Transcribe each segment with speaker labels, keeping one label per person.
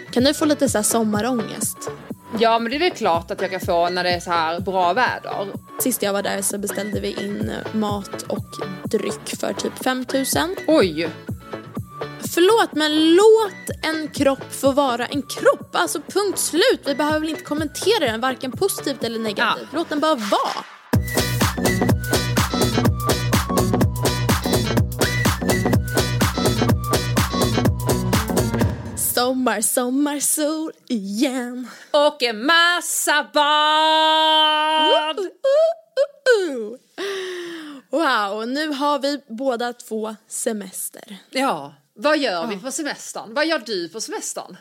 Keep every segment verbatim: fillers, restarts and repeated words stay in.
Speaker 1: Kan du få lite så här sommarångest?
Speaker 2: Ja, men det är väl klart att jag kan få när det är så här bra väder.
Speaker 1: Sist jag var där så beställde vi in mat och dryck för typ fem tusen.
Speaker 2: Oj!
Speaker 1: Förlåt, men låt en kropp få vara en kropp. Alltså punkt slut. Vi behöver väl inte kommentera den, varken positivt eller negativt. Ja. Låt den bara vara. Sommar, sommar, sol igen.
Speaker 2: Och en massa bad.
Speaker 1: Uh, uh, uh, uh. Wow, nu har vi båda två semester.
Speaker 2: Ja, vad gör ja. vi på semestern? Vad gör du på semestern?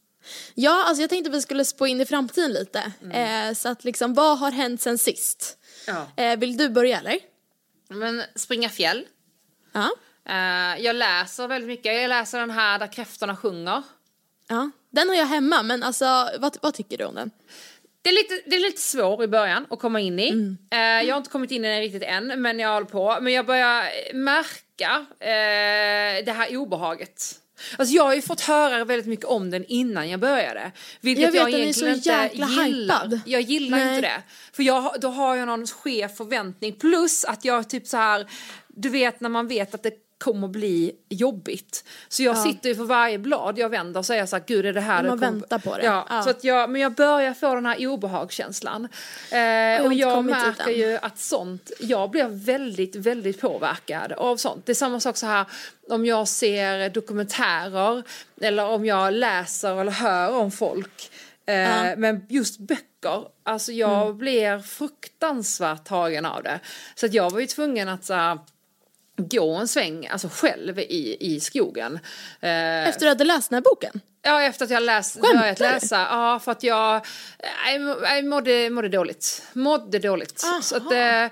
Speaker 1: Ja, alltså jag tänkte att vi skulle spå in i framtiden lite. Mm. Eh, så att liksom, vad har hänt sen sist? Ja. Eh, vill du börja eller?
Speaker 2: Men springa fjäll.
Speaker 1: Ja.
Speaker 2: Eh, jag läser väldigt mycket. Jag läser den här där kräftorna sjunger.
Speaker 1: Ja, den har jag hemma, men alltså, vad, vad tycker du om den?
Speaker 2: Det är lite, det är lite svår i början att komma in i. Mm. Eh, jag har inte kommit in i den riktigt än, men jag håller på. Men jag börjar märka eh, det här obehaget. Alltså jag har ju fått höra väldigt mycket om den innan jag började. Vilket
Speaker 1: jag vet,
Speaker 2: jag
Speaker 1: den
Speaker 2: egentligen
Speaker 1: är så jäkla
Speaker 2: inte gillar.
Speaker 1: hypad.
Speaker 2: Jag gillar
Speaker 1: Nej.
Speaker 2: inte det. För jag, då har jag någon skev förväntning. Plus att jag typ så här, du vet när man vet att det kommer bli jobbigt. Så jag ja. sitter ju för varje blad jag vänder och säger så här, gud är det här
Speaker 1: man
Speaker 2: det
Speaker 1: väntar på det.
Speaker 2: Ja, ja. Så att jag, men jag börjar få den här obehagskänslan. Eh, jag och jag märker ju att sånt, jag blir väldigt, väldigt påverkad av sånt. Det är samma sak så här, om jag ser dokumentärer eller om jag läser eller hör om folk. Eh, ja. Men just böcker, alltså jag mm. blir fruktansvärt tagen av det. Så att jag var ju tvungen att så här, gå en sväng, alltså själv i, i skogen.
Speaker 1: Eh, efter att du hade läst den här boken?
Speaker 2: Ja, efter att jag läst, börjat läsa. Ja, för att jag, jag, jag mådde, mådde dåligt. Mådde dåligt. Aha. Så att, eh,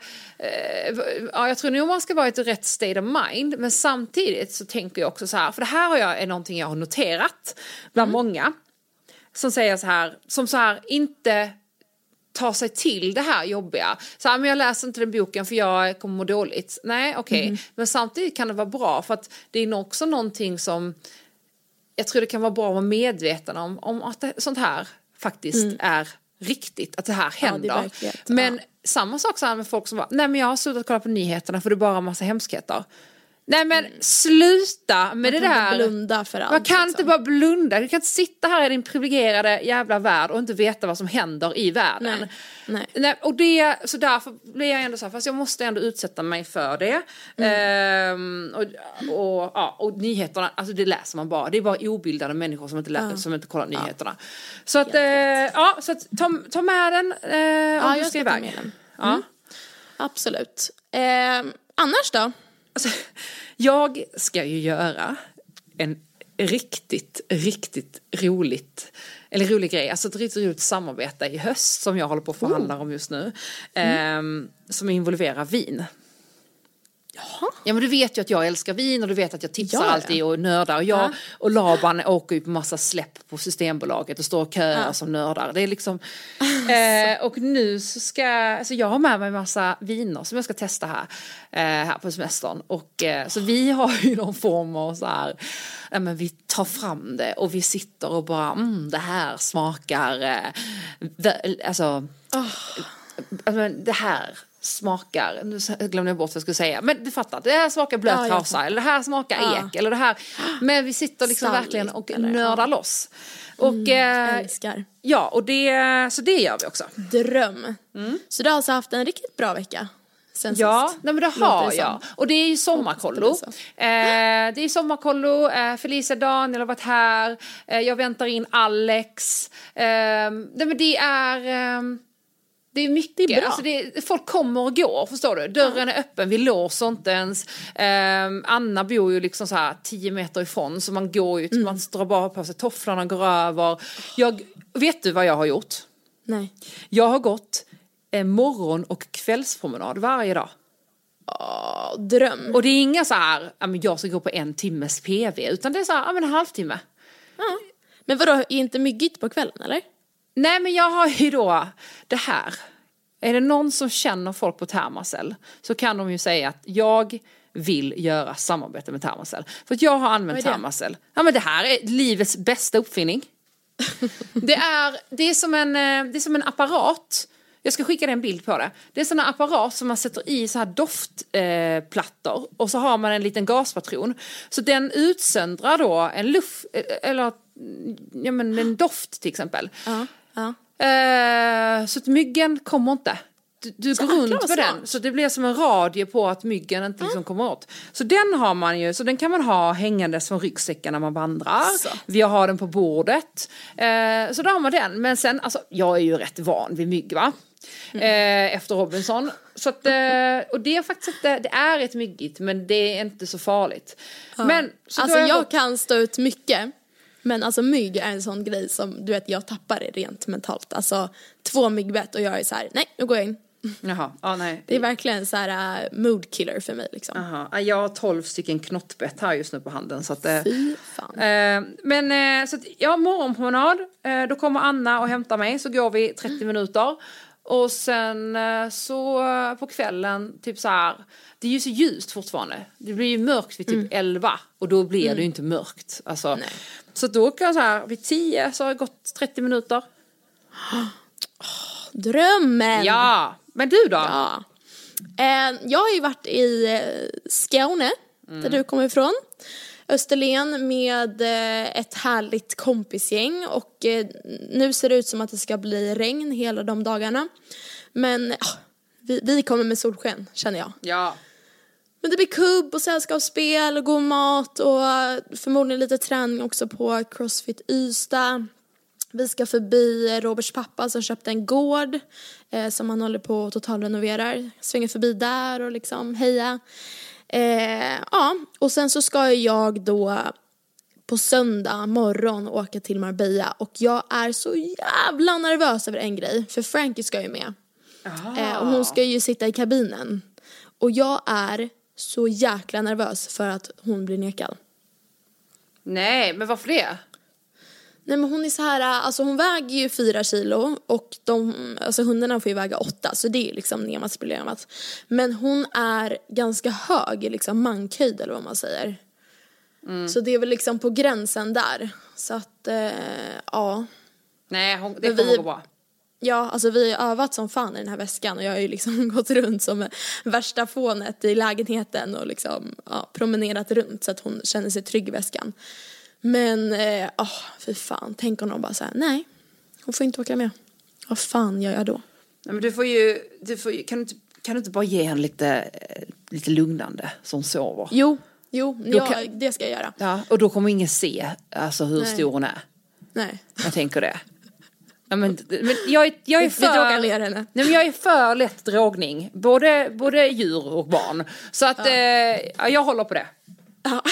Speaker 2: ja, jag tror nog man ska vara i ett rätt state of mind. Men samtidigt så tänker jag också så här, för det här har jag, är någonting jag har noterat bland mm. många. Som säger så här, som så här, inte ta sig till det här jobbiga. Så här, men jag läser inte den boken för jag kommer må dåligt. Nej, okej. Okay. Mm. Men samtidigt kan det vara bra för att det är också någonting som jag tror det kan vara bra att vara medveten om, om att det, sånt här faktiskt mm. är riktigt, att det här händer. Ja, det är men ja. samma sak så här med folk som var, nej men jag har slutat kolla på nyheterna för det är bara en massa hemskheter. Nej men mm. sluta med man det där. Man kan
Speaker 1: inte blunda för allt.
Speaker 2: Man kan
Speaker 1: liksom.
Speaker 2: inte bara blunda. Du kan inte sitta här i din privilegierade jävla värld och inte veta vad som händer i världen.
Speaker 1: Nej. Nej.
Speaker 2: Nej, och det, så därför blir jag ändå så här, fast jag måste ändå utsätta mig för det. Mm. Ehm, och, och, ja, och nyheterna, alltså det läser man bara. Det är bara obildade människor som inte, lä- ja. som inte kollar nyheterna. Ja. Så att, eh, ja, så att ta, ta med den eh,
Speaker 1: ja,
Speaker 2: om du ska iväg.
Speaker 1: Med den. Ja. Mm. Absolut. Eh, annars då?
Speaker 2: Alltså, jag ska ju göra en riktigt, riktigt roligt, eller rolig grej, alltså ett riktigt roligt samarbete i höst som jag håller på att förhandla om just nu, mm. eh, som involverar vin. Jaha. Ja, men du vet ju att jag älskar vin och du vet att jag tipsar ja, alltid och nördar. Och jag ja. och Laban åker ju på massa släpp på Systembolaget och står och köar ja. som nördar. Det är liksom... eh, och nu så ska... Alltså jag har med mig en massa viner som jag ska testa här, eh, här på semestern. Och, eh, så vi har ju någon form av så här... Ja, men vi tar fram det och vi sitter och bara... Mm, det här smakar... Eh, alltså... Oh. Alltså, det här... smakar, nu glömde jag bort vad jag skulle säga, men du fattar, det här smakar blöt ja, trasa eller det här smakar ja. ek eller det här, men vi sitter liksom Salligt, verkligen och eller, nördar ja. loss och mm,
Speaker 1: älskar.
Speaker 2: Ja, och det, så det gör vi också.
Speaker 1: Dröm. Mm. Så du har alltså haft en riktigt bra vecka sen
Speaker 2: ja,
Speaker 1: sist?
Speaker 2: Nej, men det har det jag. Och det är ju sommarkollo. Oh, det, eh, det är sommarkollo. Eh, Felicia Daniel har varit här. Eh, jag väntar in Alex. Eh, nej, men det är... Eh, Det är mycket, det är bra. Alltså det, folk kommer och går, förstår du? Dörren ja. är öppen, vi låser inte ens. Um, Anna bor ju liksom så här tio meter ifrån, så man går ju, mm. man drar bara på sig tofflarna, går över. Jag, vet du vad jag har gjort?
Speaker 1: Nej.
Speaker 2: Jag har gått eh, morgon- och kvällspromenad varje dag.
Speaker 1: Åh, dröm.
Speaker 2: Och det är inga så här, ja, men jag ska gå på en timmes P V, utan det är så här, ja, men en halvtimme.
Speaker 1: Ja. Men vadå, är inte myggigt på kvällen, eller?
Speaker 2: Nej, men jag har ju då det här. Är det någon som känner folk på Thermacell så kan de ju säga att jag vill göra samarbete med Thermacell. För att jag har använt Thermacell. Ja, men det här är livets bästa uppfinning. Det är, det är, som, en, det är som en apparat. Jag ska skicka dig en bild på det. Det är en sån här apparat som man sätter i så här doftplattor. Eh, och så har man en liten gaspatron. Så den utsöndrar då en luft, eller ja, men en doft till exempel.
Speaker 1: Ja, ja.
Speaker 2: Eh, så att myggen kommer inte. Du, du går runt med den. Så det blir som en radie på att myggen inte liksom kommer åt. Så den har man ju. Så den kan man ha hängandes från ryggsäcken när man vandrar. Så. Vi har den på bordet. Eh, så då har man den. Men sen, alltså, jag är ju rätt van vid mygg, va? Mm. Eh, efter Robinson. Så att, eh, och det är faktiskt inte, det är ett myggigt, men det är inte så farligt.
Speaker 1: Ja.
Speaker 2: Men, så
Speaker 1: alltså jag, jag
Speaker 2: gått...
Speaker 1: kan stå ut mycket. Men alltså mygg är en sån grej som, du vet, jag tappar det rent mentalt. Alltså två myggbett och jag är så här, nej, nu går jag in.
Speaker 2: Jaha, ah, nej.
Speaker 1: Det är verkligen så här uh, mood killer för mig liksom.
Speaker 2: Aha. Jag har tolv stycken knottbett här just nu på handen. Så att, eh,
Speaker 1: Fy fan.
Speaker 2: Eh, men eh, så att, ja, morgonpromenad. Eh, då kommer Anna och hämtar mig. Så går vi trettio minuter. Och sen eh, så eh, på kvällen, typ så här. Det är ju så ljust fortfarande. Det blir ju mörkt vid typ mm. elva. Och då blir mm. det ju inte mörkt. Alltså, så då kan jag så här, vid tio så har det gått trettio minuter.
Speaker 1: Drömmen!
Speaker 2: Ja, men du då?
Speaker 1: Ja. Eh, jag har ju varit i eh, Skåne, mm. där du kommer ifrån. Österlen med eh, ett härligt kompisgäng. Och eh, nu ser det ut som att det ska bli regn hela de dagarna. Men eh, vi, vi kommer med solsken, känner jag.
Speaker 2: Ja.
Speaker 1: Men det blir kubb och sällskapsspel och god mat. Och förmodligen lite träning också på CrossFit Ystad. Vi ska förbi Roberts pappa som köpte en gård eh, som han håller på att totalrenoverar. Svänger förbi där och liksom heja. Eh, ja, och sen så ska jag då på söndag morgon åka till Marbella. Och jag är så jävla nervös över en grej. För Frankie ska ju med. Eh, och hon ska ju sitta i kabinen. Och jag är så jäkla nervös för att hon blir nekad.
Speaker 2: Nej, men varför det?
Speaker 1: Nej, men hon är så här, alltså hon väger ju fyra kilo och de, alltså hundarna får ju väga åtta, så det är liksom nematsproblemet. Men hon är ganska hög, liksom mankhöjd eller vad man säger. Mm. Så det är väl liksom på gränsen där. Så att, eh, ja.
Speaker 2: Nej, hon, det kommer vi, gå bra.
Speaker 1: Ja, alltså vi har övat som fan i den här väskan och jag har ju liksom gått runt som värsta fånet i lägenheten och liksom ja, promenerat runt så att hon känner sig trygg i väskan. Men, eh, oh, fy fan, tänk om de bara säger nej, hon får inte åka med. Vad fan gör jag då?
Speaker 2: Nej, men du får ju, du får ju kan, du inte, kan du inte bara ge henne lite, lite lugnande så hon sover?
Speaker 1: Jo, jo ja,
Speaker 2: kan,
Speaker 1: det ska jag göra.
Speaker 2: Ja, och då kommer ingen se alltså, hur nej. Stor hon är.
Speaker 1: Nej.
Speaker 2: Jag tänker det. Ja, men, men jag, är, jag är för
Speaker 1: ner henne.
Speaker 2: Nej, men jag är för lätt drogning. Både, både djur och barn. Så att ja. eh, jag håller på det.
Speaker 1: Ja.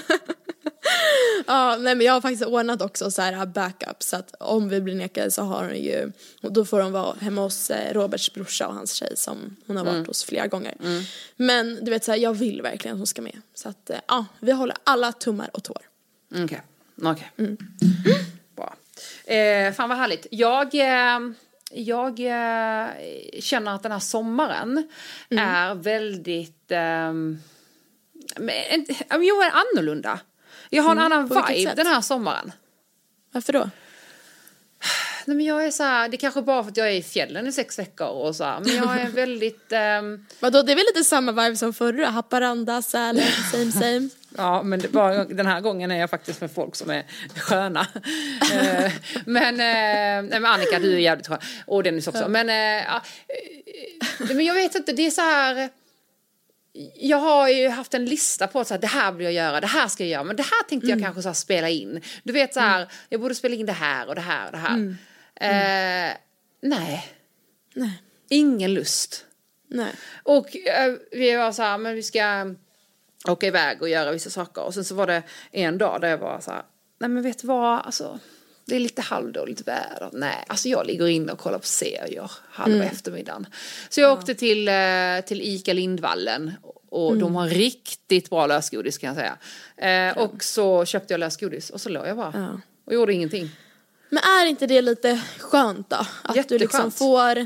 Speaker 1: Ja, nej, men jag har faktiskt ordnat också så här backup så att om vi blir nekade så har hon ju, och då får hon vara hemma hos Roberts brorsa och hans tjej som hon har varit mm. hos flera gånger. Mm. Men du vet så här, jag vill verkligen att hon ska med. Så att ja, vi håller alla tummar och tår.
Speaker 2: Okej, okay. okej. Okay. Mm. Bra. Eh, fan vad härligt. Jag eh, jag eh, känner att den här sommaren mm. är väldigt eh, men, jo, är annorlunda. Jag har en mm, annan vibe den här sommaren.
Speaker 1: Varför då?
Speaker 2: Nej, men jag är så här, det är kanske bara för att jag är i fjällen i sex veckor och så här, men jag är väldigt um...
Speaker 1: Vadå, det är väl lite samma vibe som förra, Haparanda, Sälen, same same.
Speaker 2: Ja, men det var, den här gången är jag faktiskt med folk som är sköna. men, nej, men Annika, du är jävligt skön. Och Dennis också. Ja. Men, äh, äh, men jag vet inte, det är så här... Jag har ju haft en lista på att det här vill jag göra, det här ska jag göra, men det här tänkte jag mm. kanske så här spela in. Du vet så här, mm. jag borde spela in det här och det här och det här. Mm. Mm. Eh, nej.
Speaker 1: nej.
Speaker 2: Ingen lust.
Speaker 1: Nej.
Speaker 2: Och eh, vi var så här, men vi ska åka iväg och göra vissa saker. Och sen så var det en dag där jag var så här, nej men vet du vad, alltså det är lite halvdåligt väder. Nej, alltså jag ligger in och kollar på serier halva mm. eftermiddagen. Så jag ja. åkte till, till Ica Lindvallen. Och mm. de har riktigt bra lösgodis kan jag säga. Eh, ja. Och så köpte jag lösgodis. Och så låg jag bara. Ja. Och gjorde ingenting.
Speaker 1: Men är inte det lite skönt då? Att du liksom får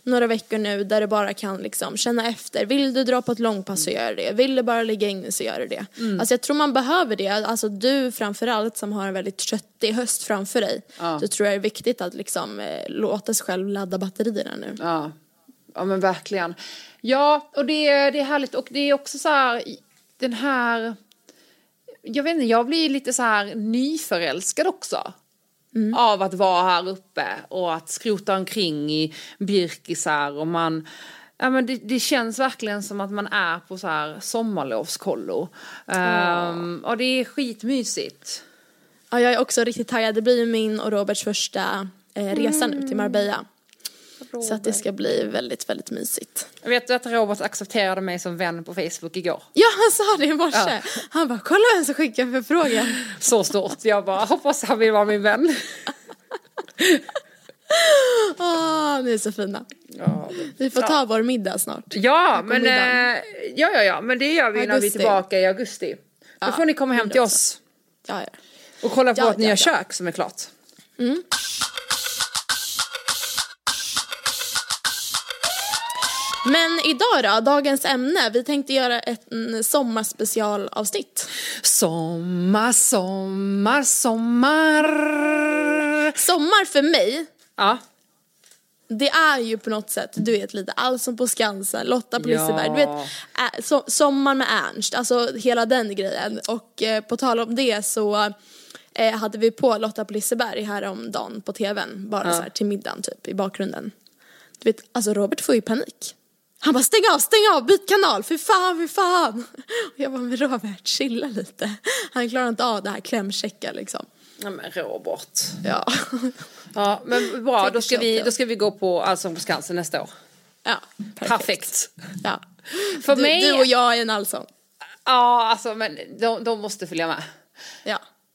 Speaker 1: några veckor nu där du bara kan liksom känna efter. Vill du dra på ett långpass så gör det. Vill du bara ligga inne så gör du det. Mm. Alltså jag tror man behöver det. Alltså du framförallt som har en väldigt köttig höst framför dig. Ja. Så tror jag det är viktigt att liksom eh, låta sig själv ladda batterierna nu.
Speaker 2: Ja, ja men verkligen. Ja, och det, det är härligt. Och det är också så här, den här... Jag vet inte, jag blir lite så här nyförälskad också. Mm. Av att vara här uppe och att skrota omkring i birkisar och man, ja men det, det känns verkligen som att man är på så här sommarlovskollo. Mm. Um, och det är skitmysigt.
Speaker 1: Ja, jag är också riktigt taggad. Det blir ju min och Roberts första eh, resa mm. nu till Marbella. Robert. Så att det ska bli väldigt, väldigt mysigt.
Speaker 2: Jag vet att Robert accepterade mig som vän på Facebook igår.
Speaker 1: Ja, han sa det i morse. Ja. Han bara, kolla vem som skickar för frågan.
Speaker 2: Så stort. Jag bara, hoppas han vill vara min vän.
Speaker 1: Åh, ni är så fina. Ja, men... Vi får ta ja. vår middag snart.
Speaker 2: Ja, men, äh, ja, ja, ja, men det gör vi augusti. När vi är tillbaka i augusti. Då ja, får ni komma hem till oss.
Speaker 1: Ja, ja.
Speaker 2: Och kolla på
Speaker 1: ja,
Speaker 2: vårt
Speaker 1: ja,
Speaker 2: nya
Speaker 1: ja.
Speaker 2: kök som är klart.
Speaker 1: Mm. Men idag då, dagens ämne, vi tänkte göra ett en sommarspecialavsnitt.
Speaker 2: Sommar, sommar, sommar.
Speaker 1: Sommar för mig,
Speaker 2: ja.
Speaker 1: Det är ju på något sätt, du vet lite Allsång på Skansen, Lotta på Liseberg,
Speaker 2: ja.
Speaker 1: du vet, äh, so- sommar med Ernst, alltså hela den grejen. Och eh, på tal om det så eh, hade vi på Lotta på Liseberg här om dagen på tvn, bara ja. så här till middagen typ i bakgrunden. Du vet, alltså Robert får ju panik. Han bara, stäng av, stäng av, byt kanal, för fan, för fan. Och jag bara, men Robert, chilla lite. Han klarar inte av det här klämchecka liksom.
Speaker 2: Ja men Robert.
Speaker 1: Ja.
Speaker 2: Ja men bra, då ska, vi, då ska vi gå på Allsång på Skansen nästa år.
Speaker 1: Ja, perfekt.
Speaker 2: Perfekt.
Speaker 1: Ja.
Speaker 2: För
Speaker 1: du,
Speaker 2: mig...
Speaker 1: du och jag är en allsång.
Speaker 2: Ja, alltså men de, de måste följa med.
Speaker 1: Ja.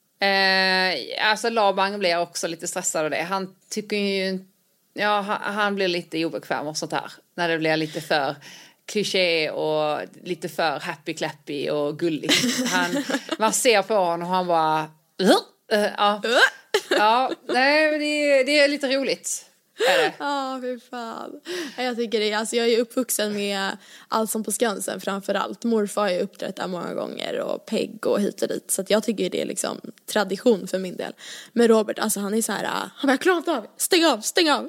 Speaker 2: Eh, alltså Laban blir också lite stressad av det. Han tycker ju... Ja, han, han blir lite obekväm och sånt här. När det blir lite för kliché och lite för happy-clappy och gulligt. Han, man ser på honom och han bara... Uh, uh, ja. Uh. Ja, nej, men det, det är lite roligt. Ja,
Speaker 1: oh, fy fan. Jag tycker det, alltså jag är uppvuxen med Allsång på Skansen framförallt. Morfar har ju uppträtt där många gånger och Pegg och hit och dit. Så att jag tycker det är liksom tradition för min del. Men Robert, alltså han är så här, han bara, klarat av, stäng av, stäng av.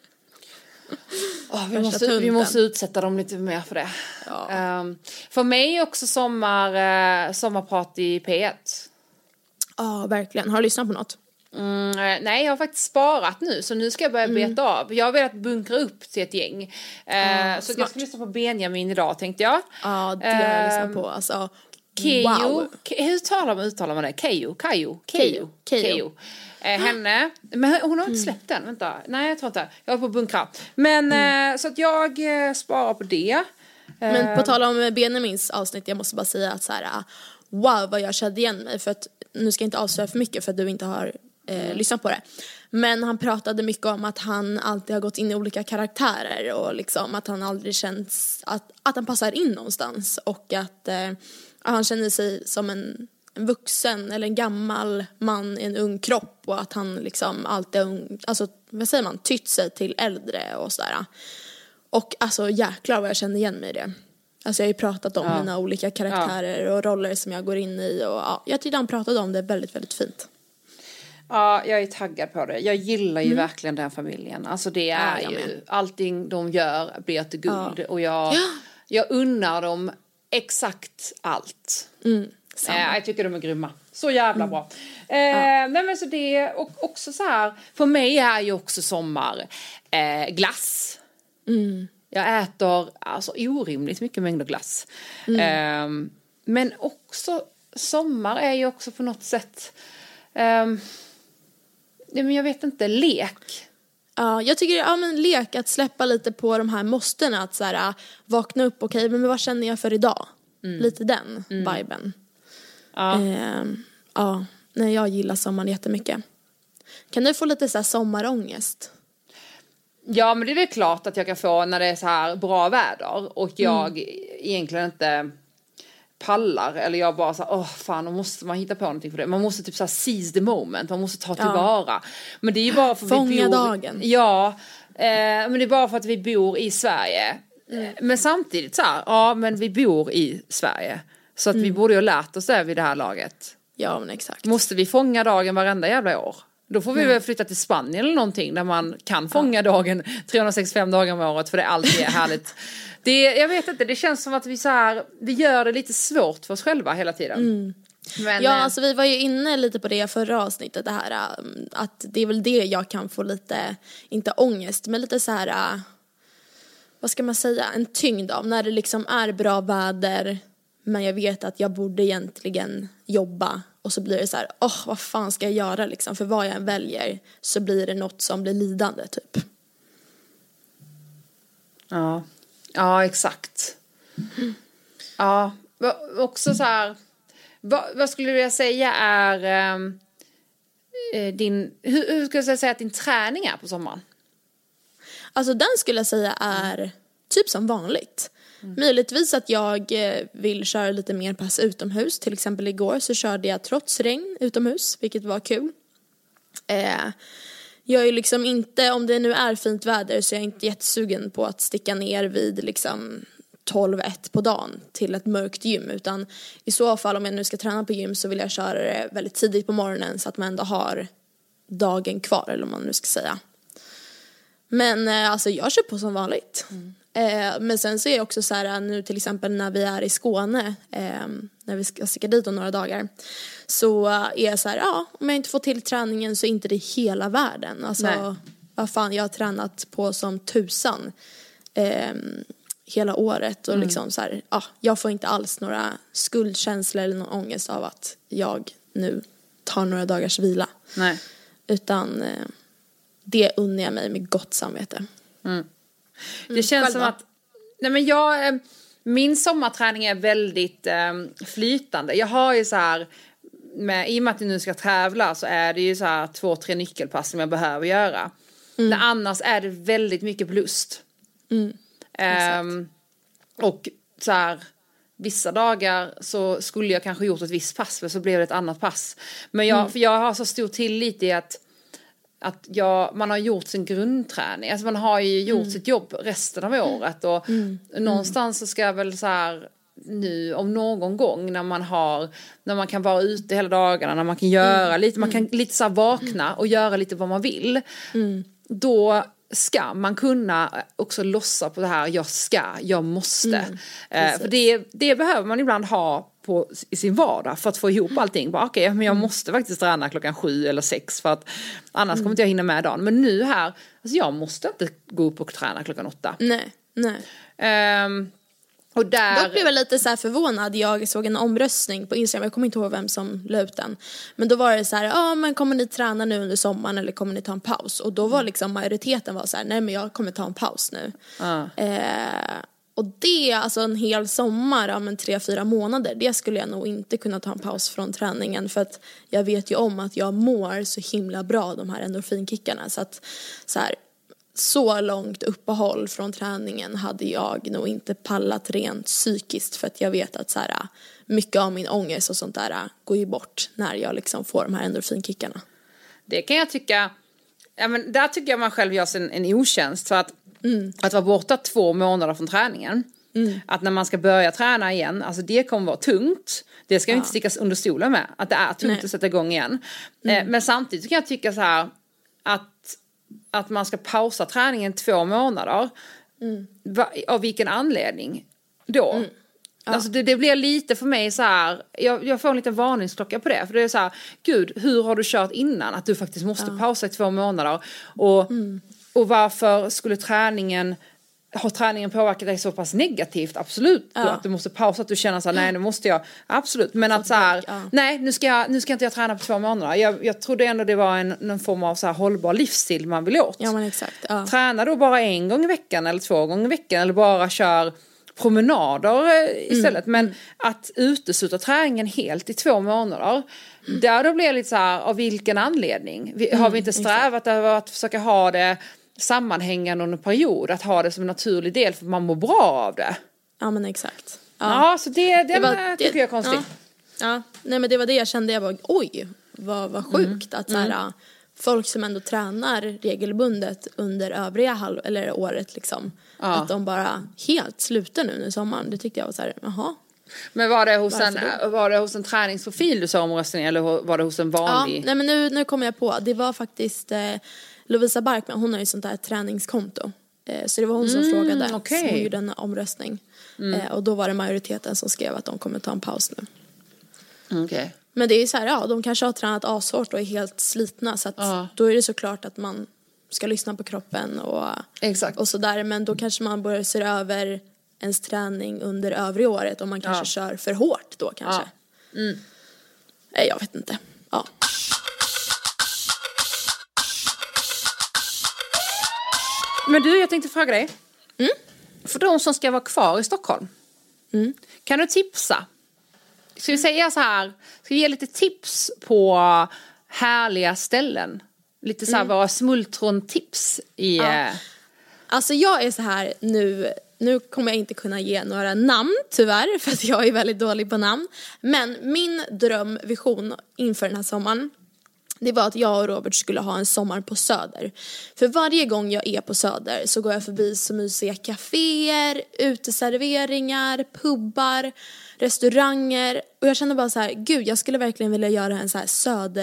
Speaker 2: Oh, vi, måste, vi måste utsätta dem lite mer för det. Ja. Um, för mig också sommar, uh, sommarprat i P ett.
Speaker 1: Ja, verkligen. Har du lyssnat på något?
Speaker 2: Mm, nej, jag har faktiskt sparat nu. Så nu ska jag börja mm. beta av. Jag har velat bunkra upp till ett gäng. uh, uh, Så jag ska lyssna på Benjamin idag, tänkte jag.
Speaker 1: Ja, det har jag lyssnat på. Alltså,
Speaker 2: Keyyo.
Speaker 1: Wow.
Speaker 2: Hur talar man, uttalar man det? Keyyo, Keyyo, Keyyo, Keyyo. Eh, henne, men hon har inte släppt den, vänta. Nej, jag tror inte. Jag håller på att bunkra. Men, mm. eh, så att jag eh, sparar på det.
Speaker 1: Men eh. på tal om Benjamins avsnitt, jag måste bara säga att så här, wow, vad jag kände igen mig. För att, nu ska jag inte avslöja för mycket för att du inte har eh, mm. lyssnat på det. Men han pratade mycket om att han alltid har gått in i olika karaktärer. Och liksom att han aldrig känns, att, att han passar in någonstans. Och att eh, han känner sig som en... en vuxen eller en gammal man i en ung kropp och att han liksom alltid ung, alltså vad säger man, tytt sig till äldre och sådär. Och alltså jäklar vad jag känner igen mig i det. Alltså jag har ju pratat om ja. mina olika karaktärer ja. och roller som jag går in i och ja, jag tyckte han pratade om det väldigt, väldigt fint.
Speaker 2: Ja, jag är taggad på det. Jag gillar ju mm. verkligen den familjen. Alltså det är ja, ju, allting de gör blir till guld ja. och jag, ja. jag unnar dem exakt allt. Mm. Eh, jag tycker de är grymma. Så jävla bra. Eh, ja. Nej men så det, och också så här, för mig är ju också sommar eh, glass. Mm. Jag äter alltså orimligt mycket mängder glass. Mm. Eh, men också sommar är ju också på något sätt eh, men jag vet inte, lek.
Speaker 1: Ja, jag tycker ja men lek, att släppa lite på de här måstena, att så här vakna upp, okej, okay, men vad känner jag för idag? Mm. Lite den mm. viben. Ja. Eh, ja, nej, jag gillar sommaren jättemycket. Kan du få lite så här sommarångest?
Speaker 2: Ja, men det är väl klart att jag kan få när det är så här bra väder och jag mm. egentligen inte pallar, eller jag bara så här, åh fan, då måste man hitta på någonting för det. Man måste typ så här seize the moment, man måste ta tillvara. Ja. Men det är ju bara för
Speaker 1: fånga
Speaker 2: vi bor,
Speaker 1: dagen.
Speaker 2: Ja, men det är bara för att vi bor i Sverige. Mm. Men samtidigt så här, ja men vi bor i Sverige. Så att mm. vi borde ju ha lärt oss det vid det här laget.
Speaker 1: Ja men exakt.
Speaker 2: Måste vi fånga dagen varenda jävla år? Då får vi väl flytta till Spanien eller någonting där man kan fånga ja. dagen trehundrasextiofem dagar om året för det alltid är härligt. Det, jag vet inte, det känns som att vi så här, vi gör det lite svårt för oss själva hela tiden.
Speaker 1: Mm. Men, ja, alltså vi var ju inne lite på det förra avsnittet, det här att det är väl det jag kan få lite, inte ångest, men lite så här, vad ska man säga, en tyngd av när det liksom är bra väder, men jag vet att jag borde egentligen jobba och så blir det så här, åh, oh, vad fan ska jag göra liksom, för vad jag än väljer så blir det något som blir lidande typ.
Speaker 2: Ja, ja exakt. Mm. Ja, också så här. Vad, vad skulle du vilja säga är eh, din, hur, hur skulle jag säga att din träning är på sommaren?
Speaker 1: Alltså den skulle jag säga är typ som vanligt. Mm. Möjligtvis att jag vill köra lite mer pass utomhus. Till exempel igår så körde jag trots regn utomhus, vilket var kul. Eh, jag är liksom inte, om det nu är fint väder så är jag inte jättesugen på att sticka ner vid liksom tolv ett på dagen till ett mörkt gym, utan i så fall om jag nu ska träna på gym så vill jag köra det väldigt tidigt på morgonen så att man ändå har dagen kvar, eller om man nu ska säga. Men eh, alltså jag kör på som vanligt. Mm. Eh, men sen så är jag också så här, nu till exempel när vi är i Skåne, eh, när vi ska sticka dit om några dagar, så är jag så här, ja, om jag inte får till träningen så är inte det hela världen. Alltså, vad fan, jag har tränat på som tusan eh, hela året och mm. liksom så här, ja, jag får inte alls några skuldkänslor eller någon ångest av att jag nu tar några dagars vila.
Speaker 2: Nej.
Speaker 1: Utan eh, det unnar jag mig med gott samvete.
Speaker 2: Mm. Det känns mm, som att nej men jag, min sommarträning är väldigt eh, flytande. Jag har ju så här med, i och med att jag nu ska tävla så är det ju så här två, tre nyckelpass som jag behöver göra. Mm. Men annars är det väldigt mycket på lust.
Speaker 1: Mm.
Speaker 2: Um, och så här vissa dagar så skulle jag kanske gjort ett visst pass, men så blev det ett annat pass. Men jag, mm. för jag har så stor tillit i att att jag, man har gjort sin grundträning. Alltså man har ju gjort mm. sitt jobb resten av året. Och mm. någonstans så ska jag väl så här nu om någon gång när man har, när man kan vara ute hela dagarna, när man kan göra mm. lite, man kan lite så här vakna och göra lite vad man vill.
Speaker 1: Mm.
Speaker 2: Då ska man kunna också lossa på det här, jag ska, jag måste. Mm. Eh, för det, det behöver man ibland ha på, i sin vardag för att få ihop allting. Bara, okay, men jag måste faktiskt träna klockan sju eller sex för att annars mm. kommer inte jag hinna med dagen. Men nu här, alltså jag måste inte gå upp och träna klockan åtta.
Speaker 1: Nej, nej.
Speaker 2: Um, och där...
Speaker 1: Dock blev jag lite så här förvånad. Jag såg en omröstning på Instagram. Jag kommer inte ihåg vem som la ut den. Men då var det så här, ja ah, men kommer ni träna nu under sommaren eller kommer ni ta en paus? Och då var liksom majoriteten var så här, nej men jag kommer ta en paus nu.
Speaker 2: Ah.
Speaker 1: Eh, och det, alltså en hel sommar, ja men tre, fyra månader, det skulle jag nog inte kunna ta en paus från träningen. För att jag vet ju om att jag mår så himla bra, de här endorfinkickarna. Så att så här, så långt uppehåll från träningen hade jag nog inte pallat rent psykiskt, för att jag vet att så här, mycket av min ångest och sånt där går ju bort när jag liksom får de här endorfinkickarna.
Speaker 2: Det kan jag tycka, ja, men där tycker jag man själv gör en, en otjänst, för att,
Speaker 1: mm.
Speaker 2: att vara borta två månader från träningen,
Speaker 1: mm.
Speaker 2: att när man ska börja träna igen, alltså det kommer vara tungt, det ska ju
Speaker 1: ja.
Speaker 2: inte stickas under stolen med, att det är tungt Nej. Att sätta igång igen.
Speaker 1: Mm.
Speaker 2: Men samtidigt kan jag tycka så här att att man ska pausa träningen två månader.
Speaker 1: Mm.
Speaker 2: Va, av vilken anledning då?
Speaker 1: Mm. Ja.
Speaker 2: Alltså det, det blir lite för mig så här, jag, jag får en liten varningsklocka på det. För det är så här, gud, hur har du kört innan? Att du faktiskt måste ja. pausa i två månader. Och,
Speaker 1: mm.
Speaker 2: och varför skulle träningen, har träningen påverkat dig så pass negativt? Absolut,
Speaker 1: ja.
Speaker 2: att du måste pausa, att du känner så här, nej nu måste jag, absolut. Men att så här,
Speaker 1: ja.
Speaker 2: nej nu ska, jag, nu ska inte jag träna på två månader. Jag, jag trodde ändå det var en, någon form av så här hållbar livsstil man vill åt.
Speaker 1: Ja men exakt. Ja.
Speaker 2: Träna då bara en gång i veckan eller två gånger i veckan, eller bara kör promenader istället. Mm. Men att utesluta träningen helt i två månader, mm. där då blir det lite så här, av vilken anledning? Vi, mm, har vi inte strävat över att försöka ha det sammanhängande under en period, att ha det som en naturlig del för att man mår bra av det?
Speaker 1: Ja men exakt. Ja,
Speaker 2: ja så det, det, det var, tycker det, jag är konstigt.
Speaker 1: Ja. ja, nej men det var det jag kände, jag var oj, vad, vad sjukt mm. att så här,
Speaker 2: mm.
Speaker 1: folk som ändå tränar regelbundet under övriga halv eller året liksom. Ja. Att de bara helt slutar nu i sommaren. Det tyckte jag var så här, jaha.
Speaker 2: Men var det hos en, var det hos en träningsprofil du sa omröstning eller var det hos en vanlig?
Speaker 1: Ja, nej men nu, nu kommer jag på. Det var faktiskt eh, Lovisa Barkman, hon har ju sånt där träningskonto. Eh, så det var hon som mm, frågade. Okay. Så hon gjorde en omröstning. Mm. Eh, och då var det majoriteten som skrev att de kommer ta en paus nu.
Speaker 2: Okej. Okay.
Speaker 1: Men det är ju så här, ja, de kanske har tränat ashårt och är helt slitna. Så att ja. Då är det såklart att man ska lyssna på kroppen och,
Speaker 2: Exakt.
Speaker 1: och sådär. Men då kanske man börjar se över ens träning under övriga året. Om man kanske ja. Kör för hårt då kanske. Ja. Mm. Nej, jag vet inte. Ja.
Speaker 2: Men du, jag tänkte fråga dig.
Speaker 1: Mm?
Speaker 2: För de som ska vara kvar i Stockholm.
Speaker 1: Mm.
Speaker 2: Kan du tipsa? Ska vi säga så här, ska vi ge lite tips på härliga ställen? Lite så här, mm. våra smultrontips i...
Speaker 1: Ja. Alltså jag är så här nu, nu kommer jag inte kunna ge några namn tyvärr, för att jag är väldigt dålig på namn. Men min drömvision inför den här sommaren, det var att jag och Robert skulle ha en sommar på Söder. För varje gång jag är på Söder så går jag förbi så mysiga kaféer, uteserveringar, pubbar, restauranger. Och jag känner bara så här, gud, jag skulle verkligen vilja göra en så här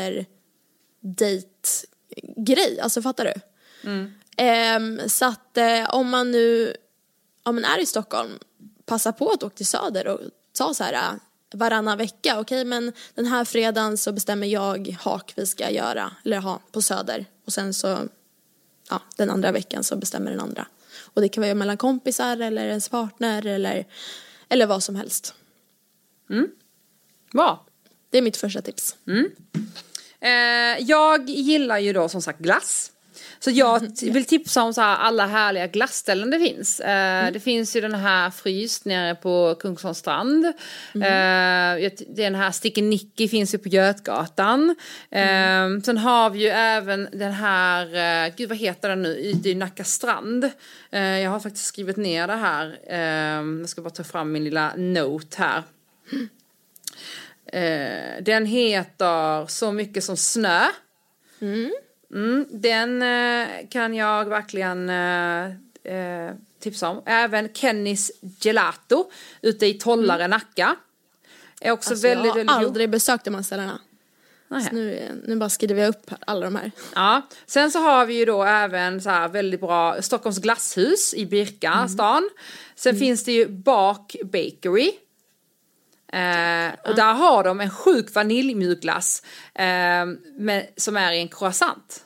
Speaker 1: Söder-date-grej. Alltså, fattar du?
Speaker 2: Mm.
Speaker 1: Um, så att uh, om man nu om man är i Stockholm, passa på att åka till Söder och ta så här uh, varannan vecka. Okej, okay? Men den här fredagen så bestämmer jag hak vi ska göra, eller ha på Söder. Och sen så, ja, den andra veckan så bestämmer den andra. Och det kan vara mellan kompisar eller ens partner eller, eller vad som helst.
Speaker 2: Mm. Bra.
Speaker 1: Det är mitt första tips.
Speaker 2: Mm. Eh, jag gillar ju då som sagt glass. Så jag t- vill tipsa om så här alla härliga glassställen det finns. Eh, mm. Det finns ju den här Fryst nere på Kungsholms strand. Mm. Eh, den här Sticky Nicky finns ju på Götgatan. Mm. Eh, sen har vi ju även den här, eh, gud vad heter den nu, i Nacka strand. Eh, jag har faktiskt skrivit ner det här. Eh, jag ska bara ta fram min lilla note här. Mm. Eh, den heter Så mycket som snö.
Speaker 1: Mm.
Speaker 2: Mm, den eh, kan jag verkligen eh, eh, tipsa om. Även Kennys Gelato ute i Tollare, mm. Nacka. Är också
Speaker 1: alltså,
Speaker 2: väldigt,
Speaker 1: jag har
Speaker 2: väldigt
Speaker 1: aldrig besökt de här ställena. Så nu, nu bara skriver jag upp alla de här.
Speaker 2: Ja. Sen så har vi ju då även så här väldigt bra Stockholms glasshus i Birka mm. stan. Sen mm. finns det ju Bak Bakery. Eh, och där har de en sjuk vaniljmjukglass eh, med, som är i en croissant.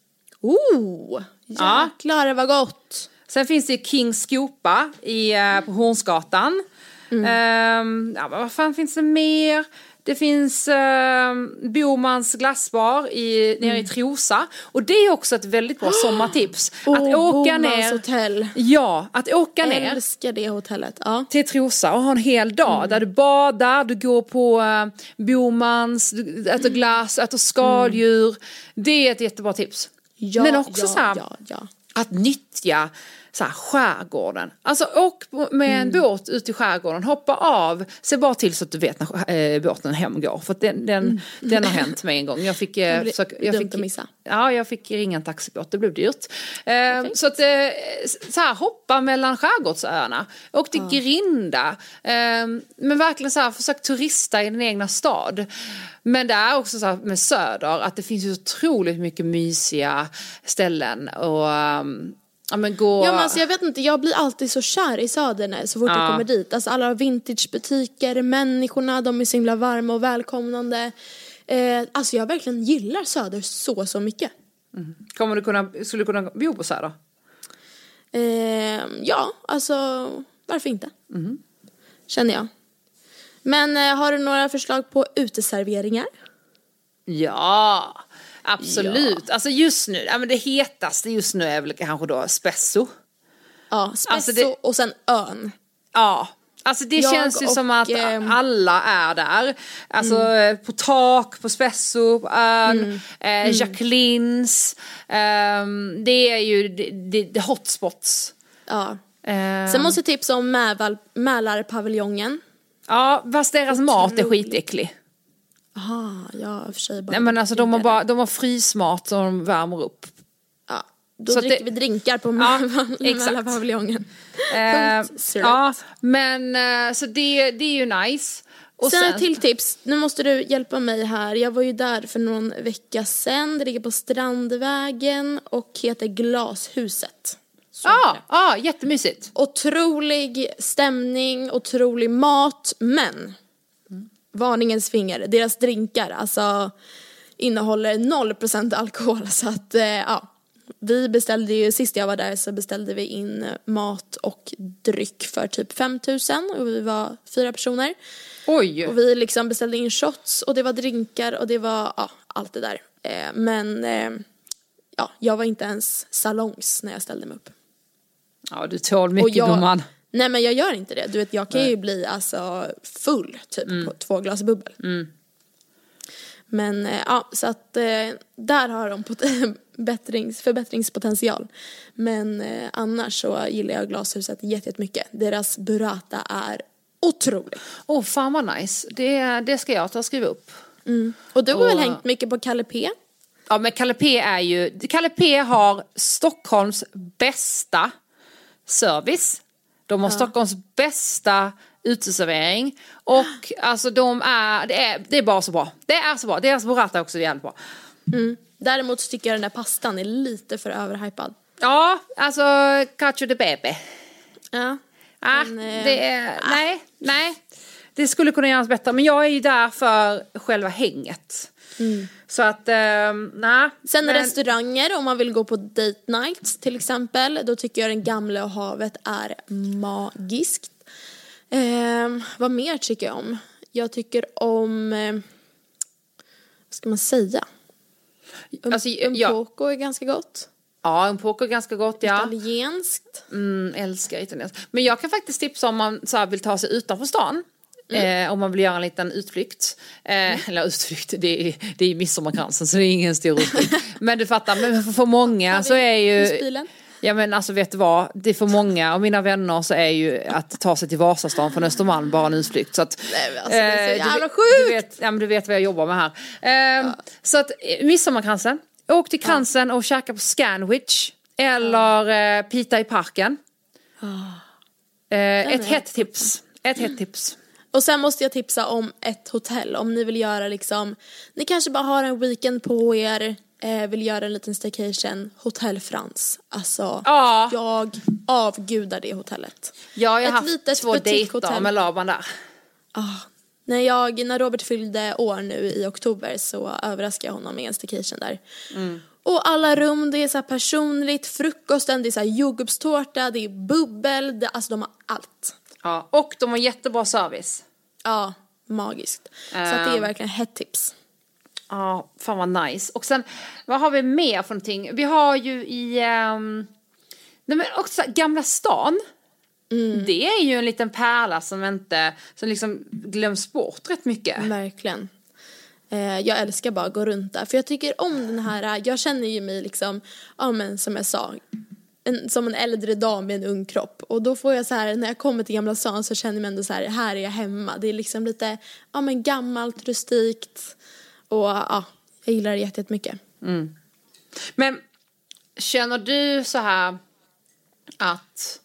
Speaker 1: Oh, jäklar, ja. Vad gott.
Speaker 2: Sen finns det King Skopa i, eh, på Hornsgatan. Mm. eh, ja, vad fan finns det mer? Det finns eh, Bomans glassbar i, nere mm. i Trosa. Och det är också ett väldigt bra sommartips.
Speaker 1: Oh,
Speaker 2: att åka
Speaker 1: Bomans
Speaker 2: ner.
Speaker 1: hotell.
Speaker 2: Ja, att åka
Speaker 1: Jag
Speaker 2: ner.
Speaker 1: Jag älskar det hotellet. Ja.
Speaker 2: Till Trosa och ha en hel dag. Mm. Där du badar, du går på uh, Bomans, du äter glass, äter skaldjur. Mm. Det är ett jättebra tips.
Speaker 1: Ja,
Speaker 2: Men också
Speaker 1: ja,
Speaker 2: så här,
Speaker 1: ja, ja.
Speaker 2: att nyttja så här, skärgården. Alltså åk med en mm. båt ut i skärgården, hoppa av, se bara till så att du vet när äh, båten hem går. För att den, den, mm. den har hänt mig en gång. Jag fick, äh,
Speaker 1: blir,
Speaker 2: försöka, jag fick
Speaker 1: missa.
Speaker 2: Ja, jag fick ringa en taxibåt, det blev dyrt. Eh, så att äh, så här, hoppa mellan skärgårdsöarna. Åk till ja. Grinda. Eh, men verkligen så här, försök turista i din egna stad. Men det är också så här med Söder att det finns ju otroligt mycket mysiga ställen och um, ja, men gå...
Speaker 1: Ja, men alltså, jag vet inte, jag blir alltid så kär i Söder när, så fort ja. jag kommer dit. Alltså alla vintagebutiker, människorna, de är så himla varma och välkomnande. Eh, alltså jag verkligen gillar Söder så, så mycket.
Speaker 2: Mm. Kommer du kunna, skulle du kunna bo på Söder?
Speaker 1: Eh, ja, alltså varför inte?
Speaker 2: Mm.
Speaker 1: Känner jag. Men eh, har du några förslag på uteserveringar?
Speaker 2: Ja, absolut. Ja. Alltså just nu, ja, men det hetaste just nu är väl kanske då Spesso.
Speaker 1: Ja, Spesso
Speaker 2: alltså det,
Speaker 1: och sen ön.
Speaker 2: Ja, alltså det jag känns ju och, som att ähm, alla är där. Alltså mm. på tak, på Spesso, på ön, mm. eh, mm. Jacquelines. Eh, det är ju det, det, det hotspots.
Speaker 1: Ja. Eh. Sen måste jag tipsa om Mälar, Mälarpaviljongen.
Speaker 2: Ja, fast deras mat är skitäcklig.
Speaker 1: Aha, jag har för sig bara...
Speaker 2: Nej men alltså de har, bara, de har frysmat som de värmer upp.
Speaker 1: Ja, då
Speaker 2: så
Speaker 1: dricker
Speaker 2: det,
Speaker 1: vi drinkar på
Speaker 2: ja,
Speaker 1: Mälarpaviljongen.
Speaker 2: Eh,
Speaker 1: Punkt,
Speaker 2: ja, men eh, så det, det är ju nice. Och
Speaker 1: sen,
Speaker 2: sen
Speaker 1: ett till tips, nu måste du hjälpa mig här. Jag var ju där för någon vecka sedan. Det ligger på Strandvägen och heter Glashuset.
Speaker 2: Ja, ja, jättemysigt.
Speaker 1: Otrolig stämning, otrolig mat, men mm. varningens finger, deras drinkar alltså innehåller noll procent alkohol, så att eh, ja, vi beställde ju, sist jag var där så beställde vi in mat och dryck för typ fem tusen och vi var fyra personer.
Speaker 2: Oj.
Speaker 1: Och vi liksom beställde in shots och det var drinkar och det var ja, allt det där. Eh, men eh, ja, jag var inte ens salongs när jag ställde mig upp.
Speaker 2: Ja, du tål mycket,
Speaker 1: jag,
Speaker 2: gumman.
Speaker 1: Nej, men jag gör inte det. Du vet, jag kan nej. ju bli alltså full typ mm. på två glas bubbel.
Speaker 2: Mm.
Speaker 1: Men eh, ja, så att eh, där har de pot- bättrings, förbättringspotential. Men eh, annars så gillar jag Glashuset jättemycket. Deras burrata är otrolig.
Speaker 2: Åh, oh, fan vad nice. Det, det ska jag ta och skriva upp.
Speaker 1: Mm. Och du har och... väl hängt mycket på Kalle P?
Speaker 2: Ja, men Kalle P är ju... Kalle P har Stockholms bästa service. De har ja. Stockholms bästa uteservering. Och alltså de är det, är... det är bara så bra. Det är så bra. Deras burrata är också jävligt bra.
Speaker 1: Mm. Däremot så tycker jag den där pastan är lite för överhypad.
Speaker 2: Ja, alltså cacio de pepe.
Speaker 1: Ja.
Speaker 2: Ah, men, det är, ah. Nej, nej. Det skulle kunna göras bättre. Men jag är ju där för själva hänget. Mm. Så att, eh, nej.
Speaker 1: Sen men... restauranger, om man vill gå på date nights till exempel, då tycker jag den gamla och havet är magiskt. Eh, vad mer tycker jag om? Jag tycker om, eh, vad ska man säga? Um,
Speaker 2: alltså,
Speaker 1: Umpoco är ganska gott.
Speaker 2: Ja, Umpoco är ganska gott, ja.
Speaker 1: Italienskt.
Speaker 2: Mm, älskar italienskt. Men jag kan faktiskt tipsa om man så här, vill ta sig utanför stan. Mm. Eh, om man vill göra en liten utflykt. Eh, mm. Eller utflykt, det är, det är midsommarkransen så det är ingen stor utflykt. Men du fattar, men för, för många så är ju... Ja men alltså vet du vad, det är för många av mina vänner så är ju att ta sig till Vasastan från Östermalm bara en utflykt. Så att,
Speaker 1: nej, alltså, det är så jävla
Speaker 2: eh,
Speaker 1: sjukt!
Speaker 2: Du, du, vet, ja, men du vet vad jag jobbar med här. Eh, ja. Så att midsommarkransen, åk till kransen ja. Och käka på Scanwich. Eller ja. eh, Pita i parken. Ja. Eh, ett hett tips. Ett hett tips.
Speaker 1: Och sen måste jag tipsa om ett hotell. Om ni vill göra liksom, ni kanske bara har en weekend på er, eh, vill göra en liten staycation. Hotell Frans. Alltså,
Speaker 2: ja.
Speaker 1: jag avgudar det hotellet.
Speaker 2: Ja, jag har haft två dejter med Laban där.
Speaker 1: Ah. När, jag, när Robert fyllde år nu i oktober så överraskade jag honom med en staycation där. Mm. Och alla rum, det är så här personligt. Frukosten, det är så här jordgubbstårta, det är bubbel, det, alltså de har allt.
Speaker 2: Ja, och de har jättebra service.
Speaker 1: Ja, magiskt. Um, så att det är verkligen ett tips.
Speaker 2: Ja, fan vad nice. Och sen, vad har vi mer för någonting? Vi har ju i um, nej men också Gamla stan. Mm. Det är ju en liten pärla som inte, som liksom glöms bort rätt mycket.
Speaker 1: Verkligen. Eh, jag älskar bara att gå runt där. För jag tycker om den här, jag känner ju mig liksom, ja men som jag sa, en, som en äldre dam med en ung kropp. Och då får jag så här, när jag kommer till Gamla stan så känner jag mig ändå så här, här är jag hemma. Det är liksom lite, ja men gammalt, rustikt. Och ja, jag gillar det jättemycket.
Speaker 2: Mm. Men känner du så här att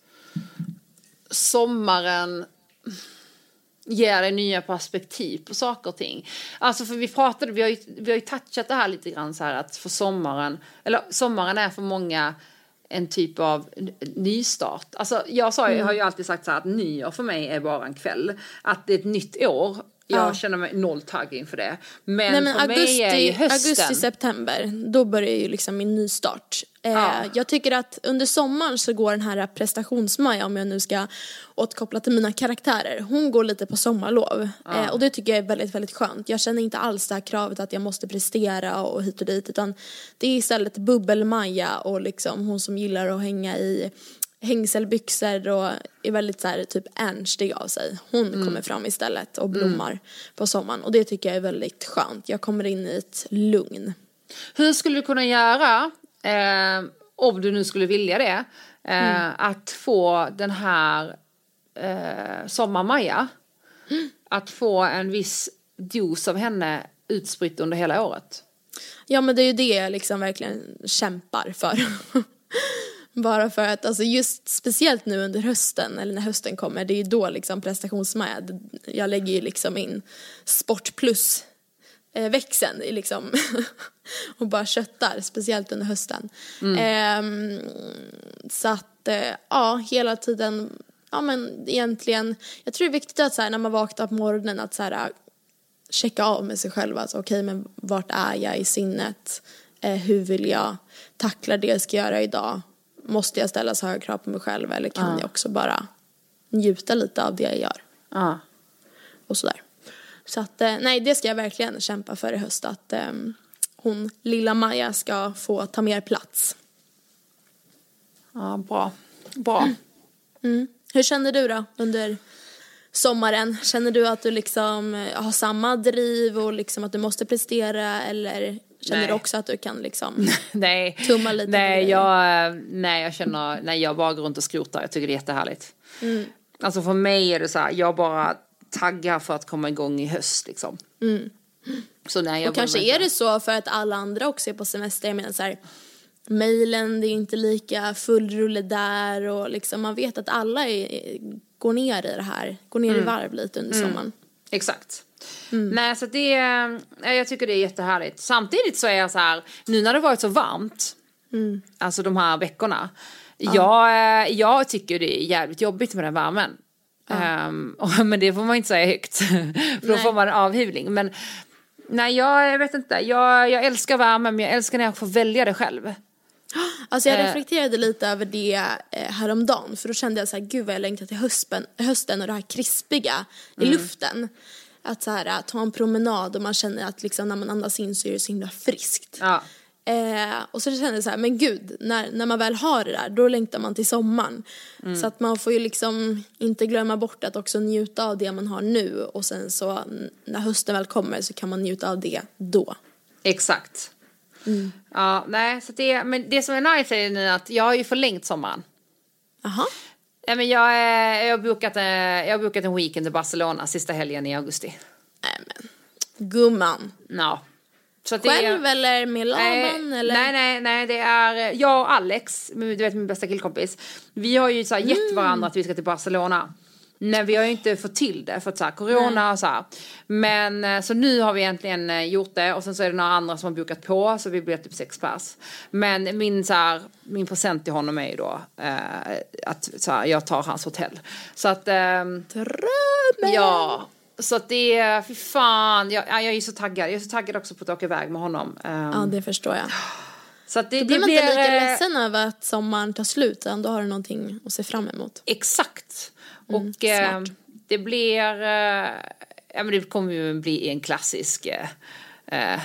Speaker 2: sommaren ger dig nya perspektiv på saker och ting? Alltså för vi pratade, vi har ju, vi har ju touchat det här lite grann så här att för sommaren, eller sommaren är för många en typ av nystart. Alltså jag, sa, mm. jag har ju alltid sagt så här att nyår för mig är bara en kväll. Att det är ett nytt år. Jag ja. känner mig noll tagg inför det. Men, Nej, men för augusti, mig är ju hösten.
Speaker 1: Augusti, september, då börjar ju liksom min nystart. Eh, ja. Jag tycker att under sommaren så går den här prestationsmaja, om jag nu ska återkoppla till mina karaktärer, hon går lite på sommarlov. Ja. Eh, och det tycker jag är väldigt, väldigt skönt. Jag känner inte alls det här kravet att jag måste prestera och hit och dit, utan det är istället bubbelmaja och liksom hon som gillar att hänga i hängselbyxor och är väldigt så här typ ernstig av sig. Hon mm. kommer fram istället och blommar mm. på sommaren. Och det tycker jag är väldigt skönt. Jag kommer in i ett lugn.
Speaker 2: Hur skulle du kunna göra, eh, om du nu skulle vilja det, eh, mm. att få den här eh, sommarmaja, mm. att få en viss dos av henne utspritt under hela året.
Speaker 1: Ja, men det är ju det jag liksom verkligen kämpar för. Bara för att, alltså just speciellt nu under hösten, eller när hösten kommer, det är ju då liksom prestationsmed. Jag lägger ju liksom in sport plus eh, växeln i liksom och bara köttar, speciellt under hösten. Mm. Eh, så att, eh, ja, hela tiden, ja men egentligen, jag tror det är viktigt att så här, när man vaknar på morgonen att så här, checka av med sig själv, alltså okej, okay, men vart är jag i sinnet? Eh, hur vill jag tackla det jag ska göra idag? Måste jag ställa så höga krav på mig själv, eller kan uh. jag också bara njuta lite av det jag gör?
Speaker 2: Uh.
Speaker 1: Och sådär. Så att, eh, nej, det ska jag verkligen kämpa för i höst, att eh, hon, lilla Maja, ska få ta mer plats.
Speaker 2: Ja, bra. Bra.
Speaker 1: Mm. Mm. Hur känner du då under sommaren? Känner du att du liksom har samma driv och liksom att du måste prestera, eller känner nej. du också att du kan liksom
Speaker 2: nej.
Speaker 1: tumma lite?
Speaker 2: Nej, jag, nej, jag känner, nej, jag bara går runt och skrotar. Jag tycker det är jättehärligt. Mm. Alltså för mig är det så här, jag bara taggar för att komma igång i höst liksom.
Speaker 1: Mm.
Speaker 2: Så nej, jag
Speaker 1: och kanske är det så för att alla andra också är på semester. Jag menar så här, mejlen, det är inte lika full rulle där, och liksom man vet att alla är, går ner i det här, går ner mm. i varv lite under mm. sommaren.
Speaker 2: Exakt. Mm. Nej, så det, jag tycker det är jättehärligt. Samtidigt så är jag så här, nu när det varit så varmt, mm. alltså de här veckorna, ja. jag, jag tycker det är jävligt jobbigt med den värmen. Ja. Um, men det får man inte säga högt, för då nej. får man en avhyvling. Men nej, jag, jag vet inte, jag, jag älskar värmen, men jag älskar när jag får välja det själv.
Speaker 1: Alltså jag reflekterade lite över det häromdagen, för då kände jag så här, gud vad jag längtar till hösten, hösten och det här krispiga i mm. luften. Att så här, ta en promenad och man känner att liksom när man andas in så är det så himla friskt. Ja. Eh, och så kände jag så här, men gud, när, när man väl har det där, då längtar man till sommaren. Mm. Så att man får ju liksom inte glömma bort att också njuta av det man har nu. Och sen så när hösten väl kommer så kan man njuta av det då.
Speaker 2: Exakt. Mm. Ja, nej, så det, men det som är nice är nu att jag har ju förlängt sommaren.
Speaker 1: Aha.
Speaker 2: Ja, men jag, jag, har bokat, jag har bokat en weekend i Barcelona sista helgen i augusti.
Speaker 1: Nej men, gumman.
Speaker 2: Ja. Så att
Speaker 1: själv
Speaker 2: det är,
Speaker 1: eller med Laban?
Speaker 2: Nej,
Speaker 1: eller?
Speaker 2: nej, nej, nej, det är jag och Alex, du vet min bästa killkompis. Vi har ju så här gett mm. varandra att vi ska till Barcelona. Nej, vi har ju inte fått till det för att så här, corona nej. och så här. Men så nu har vi egentligen gjort det, och sen så är det några andra som har bokat på, så vi blir typ sex pers. Men min så här, min present till honom är ju då eh, att så här, jag tar hans hotell. Så att eh,
Speaker 1: drömmen.
Speaker 2: Ja, så att det är, fy fan, jag, jag är så taggad. Jag är så taggad också på att åka iväg med honom. Um,
Speaker 1: ja, det förstår jag.
Speaker 2: Så att det,
Speaker 1: det blir man blir, inte lika ledsen över att sommaren tar slut, ändå har du någonting att se fram emot.
Speaker 2: Exakt. Mm, och eh, det blir eh, ja, men det kommer ju bli en klassisk eh,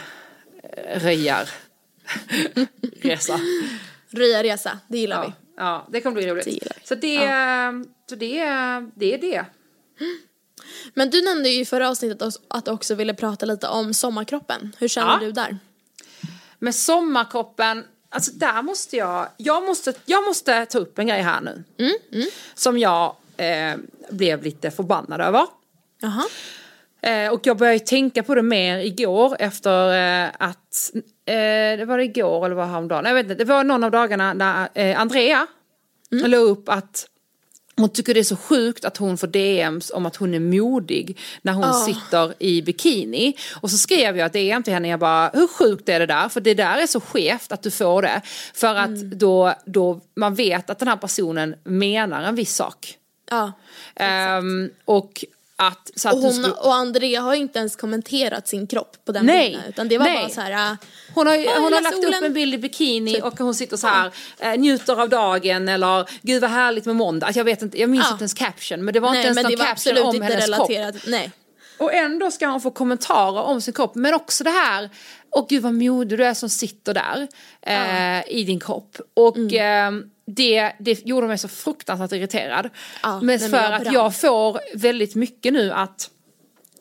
Speaker 2: röjarresa.
Speaker 1: Röjarresa, det gillar
Speaker 2: ja,
Speaker 1: vi.
Speaker 2: Ja, det kommer bli roligt.
Speaker 1: Det
Speaker 2: så det, ja. så det, det är det.
Speaker 1: Men du nämnde ju i förra avsnittet att du också ville prata lite om sommarkroppen. Hur känner ja. du där?
Speaker 2: Med sommarkroppen, alltså där måste jag, jag måste, jag måste ta upp en grej här nu.
Speaker 1: Mm, mm.
Speaker 2: Som jag eh, blev lite förbannad över.
Speaker 1: Jaha.
Speaker 2: Eh, och jag började tänka på det mer igår efter eh, att, eh, det var det igår eller var det häromdagen? Jag vet inte, det var någon av dagarna när eh, Andrea mm. la upp att hon tycker det är så sjukt att hon får D M's om att hon är modig när hon oh. sitter i bikini. Och så skrev jag att D M till henne, jag bara, hur sjukt är det där? För det där är så skevt att du får det. För att mm. då, då man vet att den här personen menar en viss sak.
Speaker 1: Ja,
Speaker 2: um, och att, så att
Speaker 1: och, hon,
Speaker 2: skulle...
Speaker 1: och Andrea har ju inte ens kommenterat sin kropp på den
Speaker 2: nej,
Speaker 1: bilden, utan det var
Speaker 2: nej.
Speaker 1: bara så här.
Speaker 2: Hon har, hon har lagt solen. upp en bild i bikini typ. Och hon sitter så här ja. äh, njuter av dagen, eller gud vad härligt med måndag. Jag vet inte, jag minns ja. inte ens caption, men det var
Speaker 1: nej,
Speaker 2: inte ens någon caption om hennes
Speaker 1: relaterat.
Speaker 2: kropp.
Speaker 1: Nej.
Speaker 2: Och ändå ska hon få kommentarer om sin kropp, men också det här, och gud vad modig du är som sitter där äh, ja. i din kropp. Och mm. äh, Det, det gjorde mig så fruktansvärt irriterad. Ja, men för att jag får väldigt mycket nu att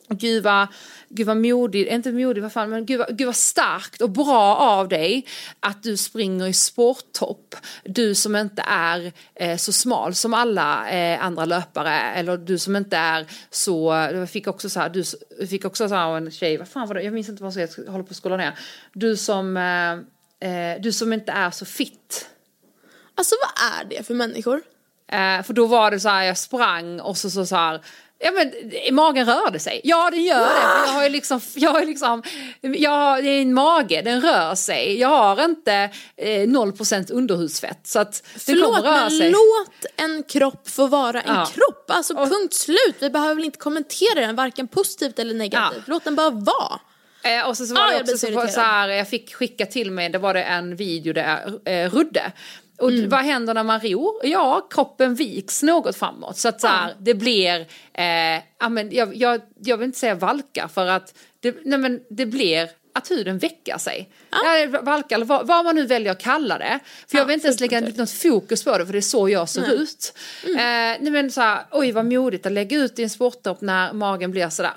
Speaker 2: Gud vad, gud vad modig, inte modig vad fan, men gud vad, gud vad starkt och bra av dig att du springer i sporttopp. Du som inte är eh, så smal som alla eh, andra löpare, eller du som inte är så, jag fick också så här, du fick också så här en tjej, vad fan var det, jag minns inte vad jag ska, jag håller på att skola ner. Du som, eh, eh, du som inte är så fit.
Speaker 1: Alltså vad är det för människor?
Speaker 2: Eh, för då var det så här, jag sprang och så så, så här, ja men magen rörde sig. Ja, den gör det. Jag har ju liksom, jag har ju liksom, jag har, det är en mage, den rör sig. Jag har inte eh, noll procent underhudsfett så att det
Speaker 1: Förlåt,
Speaker 2: kommer röra
Speaker 1: men
Speaker 2: sig.
Speaker 1: låt en kropp få vara en
Speaker 2: Ja.
Speaker 1: kropp. Alltså
Speaker 2: Och-
Speaker 1: punkt slut. Vi behöver väl inte kommentera den, varken positivt eller negativt.
Speaker 2: Ja.
Speaker 1: Låt den bara vara.
Speaker 2: Eh, och så, så var
Speaker 1: Ah,
Speaker 2: det
Speaker 1: jag
Speaker 2: också
Speaker 1: blir så
Speaker 2: så,
Speaker 1: irriterad.
Speaker 2: så här, jag fick skicka till mig, det var det en video där eh, Rudde. Och
Speaker 1: Mm.
Speaker 2: vad händer när man ror? Ja, kroppen viks något framåt. Så att så här,
Speaker 1: Ja.
Speaker 2: det blir, eh, ja, men jag, jag, jag vill inte säga valka för att det, nej, men det blir att huden väckar sig. Ja. Ja, valka, eller vad, vad man nu väljer att kalla det. För
Speaker 1: Ja,
Speaker 2: jag vill inte ens lägga
Speaker 1: fullt
Speaker 2: något fokus på det, för det är så jag ser
Speaker 1: Nej.
Speaker 2: ut. Mm. Eh, nej, men så här, oj vad modigt att lägga ut i en sporttopp när magen blir sådär.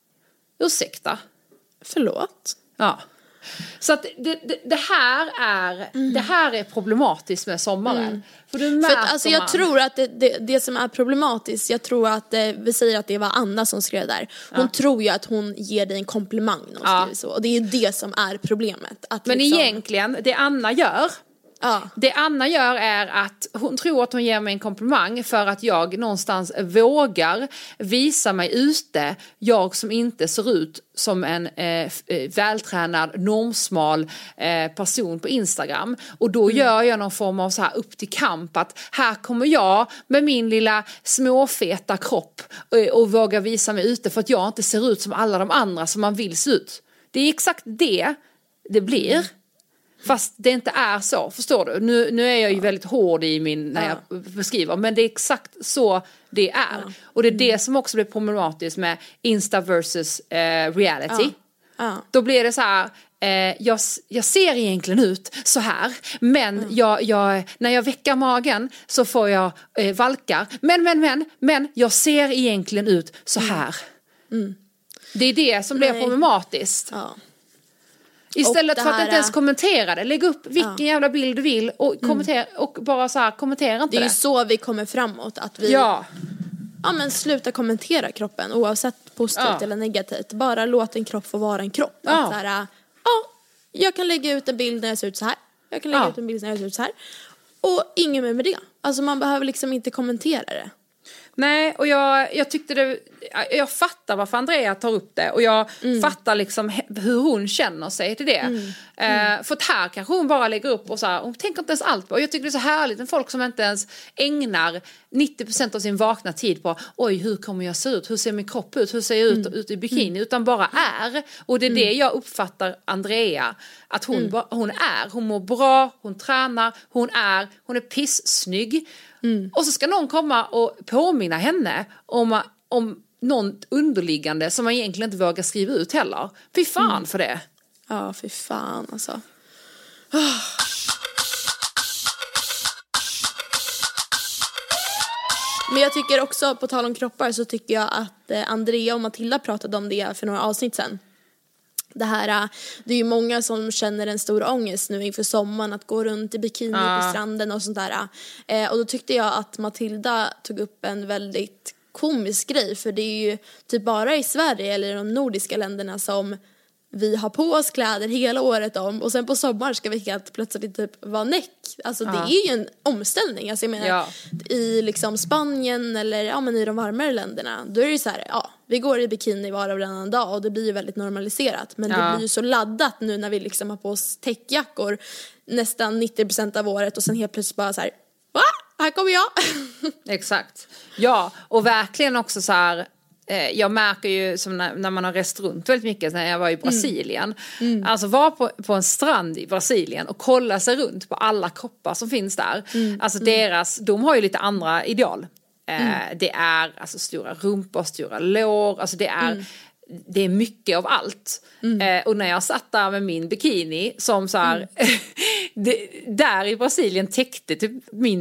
Speaker 2: Ursäkta.
Speaker 1: Förlåt.
Speaker 2: Ja. Så att det, det, det här är
Speaker 1: Mm.
Speaker 2: det här är problematiskt med sommaren. För du märker
Speaker 1: För att, alltså, jag
Speaker 2: man,
Speaker 1: tror att det, det, det som är problematiskt, jag tror att, eh, vi säger att det var Anna som skrev där. Hon
Speaker 2: Ja.
Speaker 1: tror ju att hon ger dig en komplimang när hon
Speaker 2: Ja.
Speaker 1: skriver så. Och det är ju det som är problemet. Att
Speaker 2: men
Speaker 1: liksom,
Speaker 2: egentligen, det Anna gör
Speaker 1: Ja.
Speaker 2: Det Anna gör är att hon tror att hon ger mig en komplimang för att jag någonstans vågar visa mig ute, jag som inte ser ut som en eh, vältränad, normsmal eh, person på Instagram. Och då mm. gör jag någon form av så här upp till kamp att här kommer jag med min lilla småfeta kropp och, och våga visa mig ute för att jag inte ser ut som alla de andra som man vill se ut. Det är exakt det det blir. Mm. Fast det inte är så, förstår du? Nu, nu är jag ju väldigt hård i min, när
Speaker 1: Ja.
Speaker 2: jag beskriver, men det är exakt så det är.
Speaker 1: Ja.
Speaker 2: Och det är det som också blir problematiskt med Insta versus eh, reality.
Speaker 1: Ja. Ja.
Speaker 2: Då blir det så här, eh, jag, jag ser egentligen ut så här, men mm. jag, jag, när jag väcker magen så får jag eh, valkar. Men, men, men, men, jag ser egentligen ut så här.
Speaker 1: Mm. Mm.
Speaker 2: Det är det som blir
Speaker 1: Nej.
Speaker 2: problematiskt.
Speaker 1: Ja.
Speaker 2: Istället
Speaker 1: Och
Speaker 2: för
Speaker 1: det
Speaker 2: att
Speaker 1: här
Speaker 2: inte ens
Speaker 1: är-
Speaker 2: kommentera det. Lägg upp vilken
Speaker 1: Ja.
Speaker 2: jävla bild du vill och, kommentera, och bara så här, kommentera inte
Speaker 1: Det är
Speaker 2: det.
Speaker 1: ju så vi kommer framåt. Att vi,
Speaker 2: Ja,
Speaker 1: ja, men sluta kommentera kroppen oavsett positivt
Speaker 2: Ja.
Speaker 1: eller negativt. Bara låt en kropp få vara en kropp.
Speaker 2: Ja.
Speaker 1: Att så här, ja, jag kan lägga ut en bild när jag ser ut så här. Jag kan lägga
Speaker 2: Ja.
Speaker 1: ut en bild när jag ser ut så här. Och inget mer med det. Alltså man behöver liksom inte kommentera det.
Speaker 2: nej, och jag, jag tyckte det, jag fattar varför Andrea tar upp det och jag
Speaker 1: Mm.
Speaker 2: fattar liksom he- hur hon känner sig till det.
Speaker 1: Mm.
Speaker 2: Eh, för att här kanske hon bara lägger upp och så här, hon tänker inte ens allt på. Och jag tycker det är så härligt med folk som inte ens ägnar nittio procent av sin vakna tid på oj, hur kommer jag se ut? Hur ser min kropp ut? Hur ser jag ut,
Speaker 1: Mm.
Speaker 2: ut i bikini? Utan bara är. Och det är det jag uppfattar Andrea, att hon,
Speaker 1: Mm.
Speaker 2: ba, hon är. Hon mår bra, hon tränar, hon är, hon är pissnygg.
Speaker 1: Mm.
Speaker 2: Och så ska någon komma och påminna henne om, om någon underliggande som man egentligen inte vågar skriva ut heller. Fy fan
Speaker 1: Mm.
Speaker 2: för det.
Speaker 1: Ja, för fan alltså. Men jag tycker också, på tal om kroppar, så tycker jag att eh, Andrea och Matilda pratade om det för några avsnitt sedan. Det här, eh, det är ju många som känner en stor ångest nu inför sommaren att gå runt i bikini
Speaker 2: Ja.
Speaker 1: på stranden och sånt där. Eh, och då tyckte jag att Matilda tog upp en väldigt komisk grej, för det är ju typ bara i Sverige eller i de nordiska länderna som vi har på oss kläder hela året om och sen på sommaren ska vi helt plötsligt typ vara näck. Alltså
Speaker 2: Ja.
Speaker 1: det är ju en omställning. Alltså jag menar,
Speaker 2: Ja.
Speaker 1: i liksom Spanien eller ja, men i de varmare länderna, då är det ju så här, ja, vi går i bikini var och varannan dag och det blir ju väldigt normaliserat. Men
Speaker 2: Ja.
Speaker 1: det blir ju så laddat nu när vi liksom har på oss täckjackor nästan nittio procent av året och sen helt plötsligt bara så här, va? Här kommer jag.
Speaker 2: Exakt. Ja, och verkligen också så här, eh, jag märker ju som när, när man har rest runt väldigt mycket när jag var i Brasilien. Mm. Alltså var på, på en strand i Brasilien och kolla sig runt på alla kroppar som finns där. Mm. Alltså deras, de har ju lite andra ideal. Eh, mm. Det är alltså stora rumpor, stora lår, alltså det är mm. det är mycket av allt. Mm. Eh, och när jag satt där med min bikini som så här, mm. det, där i Brasilien täckte typ min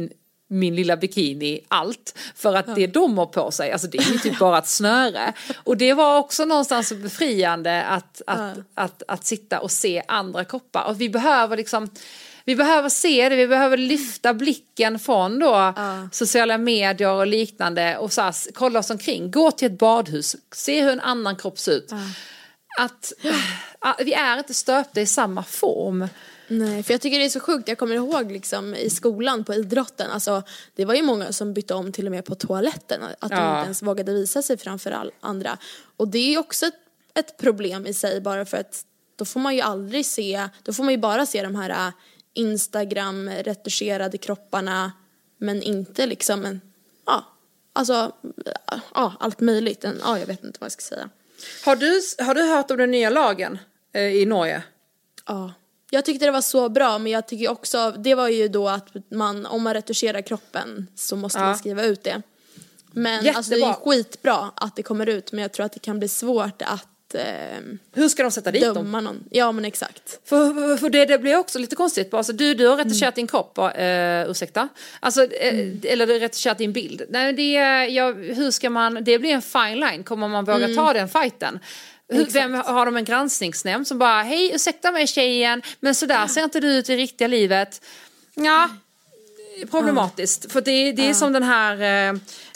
Speaker 2: min lilla bikini, allt, för att ja. det de har på sig, alltså det är ju typ bara ett snöre. Och det var också någonstans befriande att, att, ja. att, att, att sitta och se andra kroppar. Och vi behöver liksom, vi behöver se det, vi behöver lyfta blicken från då ja. sociala medier och liknande och så här, kolla oss omkring, gå till ett badhus, se hur en annan kropp ser ut. Ja. Att, att vi är inte stöpta i samma form.
Speaker 1: Nej, för jag tycker det är så sjukt. Jag kommer ihåg liksom i skolan på idrotten, alltså det var ju många som bytte om till och med på toaletten, att ja. de inte ens vågade visa sig framför all andra. Och det är ju också ett, ett problem i sig, bara för att då får man ju aldrig se, då får man ju bara se de här Instagram retuscherade kropparna, men inte liksom en, ja, alltså ja, allt möjligt. En, ja, jag vet inte vad jag ska säga.
Speaker 2: Har du, har du hört om den nya lagen eh, i Norge?
Speaker 1: Ja. Jag tyckte det var så bra, men jag tycker också, det var ju då att man, om man retuscherar kroppen så måste ja. man skriva ut det. Men alltså, det är skitbra att det kommer ut, men jag tror att det kan bli svårt att eh,
Speaker 2: hur ska de sätta dit dem?
Speaker 1: Någon. Ja, men exakt.
Speaker 2: För, för det, det blir också lite konstigt. Alltså, du, du har retuscherat mm. din kropp, eh, ursäkta. Alltså, eh, mm. eller du har retuscherat din bild. Nej, det, ja, hur ska man, det blir en fine line. Kommer man våga mm. ta den fighten? Hur, vem har de en granskningsnämnd som bara, hej, ursäkta mig tjejen, men sådär ja. ser inte du ut i riktiga livet. Ja, problematiskt. Ja. För det, det är ja. som den här eh,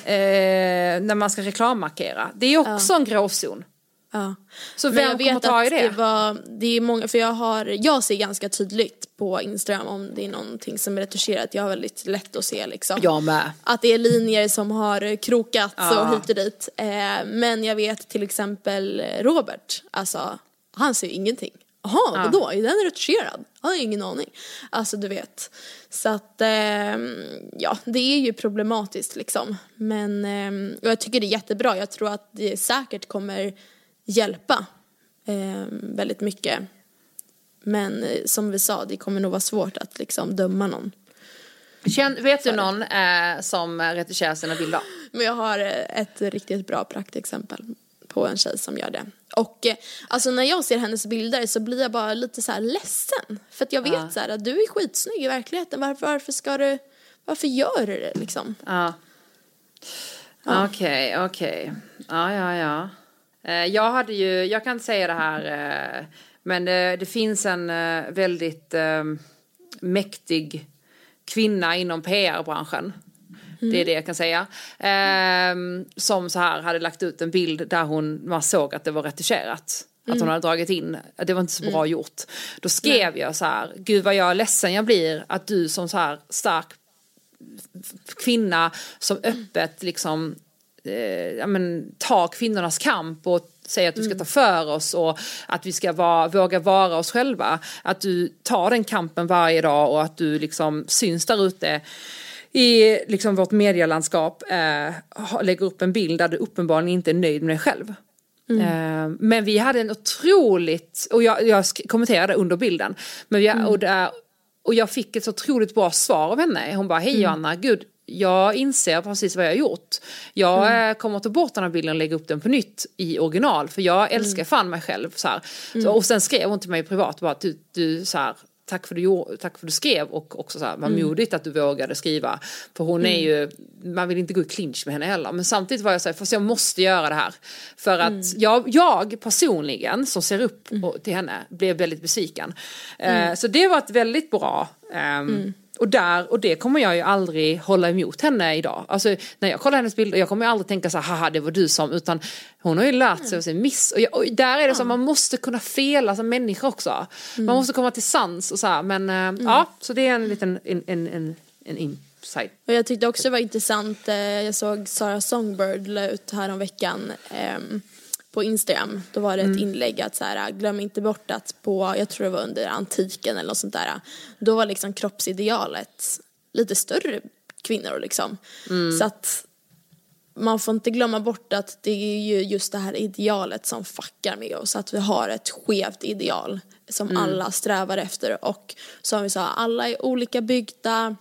Speaker 2: eh, när man ska reklammarkera. Det är också ja. en gråzon.
Speaker 1: Ja.
Speaker 2: Så vem kommer ta i det?
Speaker 1: Det, var, det är många, för jag har, jag ser ganska tydligt på Instagram om det är någonting som är retuscherat. Jag har väldigt lätt att se liksom.
Speaker 2: Jag med.
Speaker 1: Att det är linjer som har krokats ja. och hit och dit. Eh, men jag vet till exempel Robert, alltså han ser ju ingenting. Jaha, ja. vadå? Är den retuscherad? Jag har ingen aning. Alltså du vet. Så att, eh, ja, det är ju problematiskt liksom. Men eh, och jag tycker det är jättebra. Jag tror att det säkert kommer hjälpa eh, väldigt mycket. Men eh, som vi sa, det kommer nog vara svårt att liksom döma någon.
Speaker 2: Känn, vet du någon eh, som retuscherar sina bilder?
Speaker 1: Men jag har ett riktigt bra praktexempel på en tjej som gör det. Och eh, alltså när jag ser hennes bilder så blir jag bara lite så här ledsen. För att jag vet ja. så här att du är skitsnygg i verkligheten. Varför, varför ska du, varför gör du det liksom?
Speaker 2: Ja. Okej, ja. okej. Okay, okay. Ja, ja, ja. Jag hade ju, jag kan inte säga det här, men det, det finns en väldigt mäktig kvinna inom P R-branschen. Mm. Det är det jag kan säga. Som så här hade lagt ut en bild där hon, man såg att det var retuscherat. Att hon mm. hade dragit in, det var inte så bra mm. gjort. Då skrev Nej. jag så här, gud vad jag är ledsen jag blir att du som så här stark kvinna som öppet liksom ja, men, ta kvinnornas kamp och säga att du ska ta för oss och att vi ska vara, våga vara oss själva. Att du tar den kampen varje dag och att du liksom syns där ute i liksom vårt medielandskap, eh, lägger upp en bild där du uppenbarligen inte är nöjd med dig själv. Mm. Eh, men vi hade en otroligt, och jag, jag kommenterade under bilden, men vi, mm. och, där, och jag fick ett så otroligt bra svar av henne. Hon bara, hej mm. Joanna, gud, jag inser precis vad jag har gjort. Jag mm. kommer att ta bort den här bilden och lägga upp den på nytt i original. För jag älskar mm. fan mig själv. Så här. Mm. Så, och sen skrev hon till mig privat bara att du, du så här, tack för du, tack för du skrev. Och också så här, vad mm. modigt att du vågade skriva. För hon mm. är ju, man vill inte gå i clinch med henne heller. Men samtidigt var jag så här, fast jag måste göra det här. För att mm. jag, jag personligen som ser upp mm. till henne blev väldigt besviken. Mm. Uh, så det var ett väldigt bra... Um, mm. Och, där, och det kommer jag ju aldrig hålla emot henne idag. Alltså när jag kollar hennes bilder, jag kommer ju aldrig tänka så här, haha det var du som, utan hon har ju lärt sig av sin miss. Och, jag, och där är det så att man måste kunna fela som människa också. Mm. Man måste komma till sans och så här, men mm. ja, så det är en liten en, en, en, en insight.
Speaker 1: Och jag tyckte också det var intressant, jag såg Sarah Songbird la ut här om veckan eh, på Instagram, då var det ett mm. inlägg att så här, glöm inte bort att på, jag tror det var under antiken eller något sånt där, då var liksom kroppsidealet lite större kvinnor liksom. Mm. Så att man får inte glömma bort att det är ju just det här idealet som fuckar med oss, att vi har ett skevt ideal som mm. alla strävar efter, och som vi sa, alla är olika byggda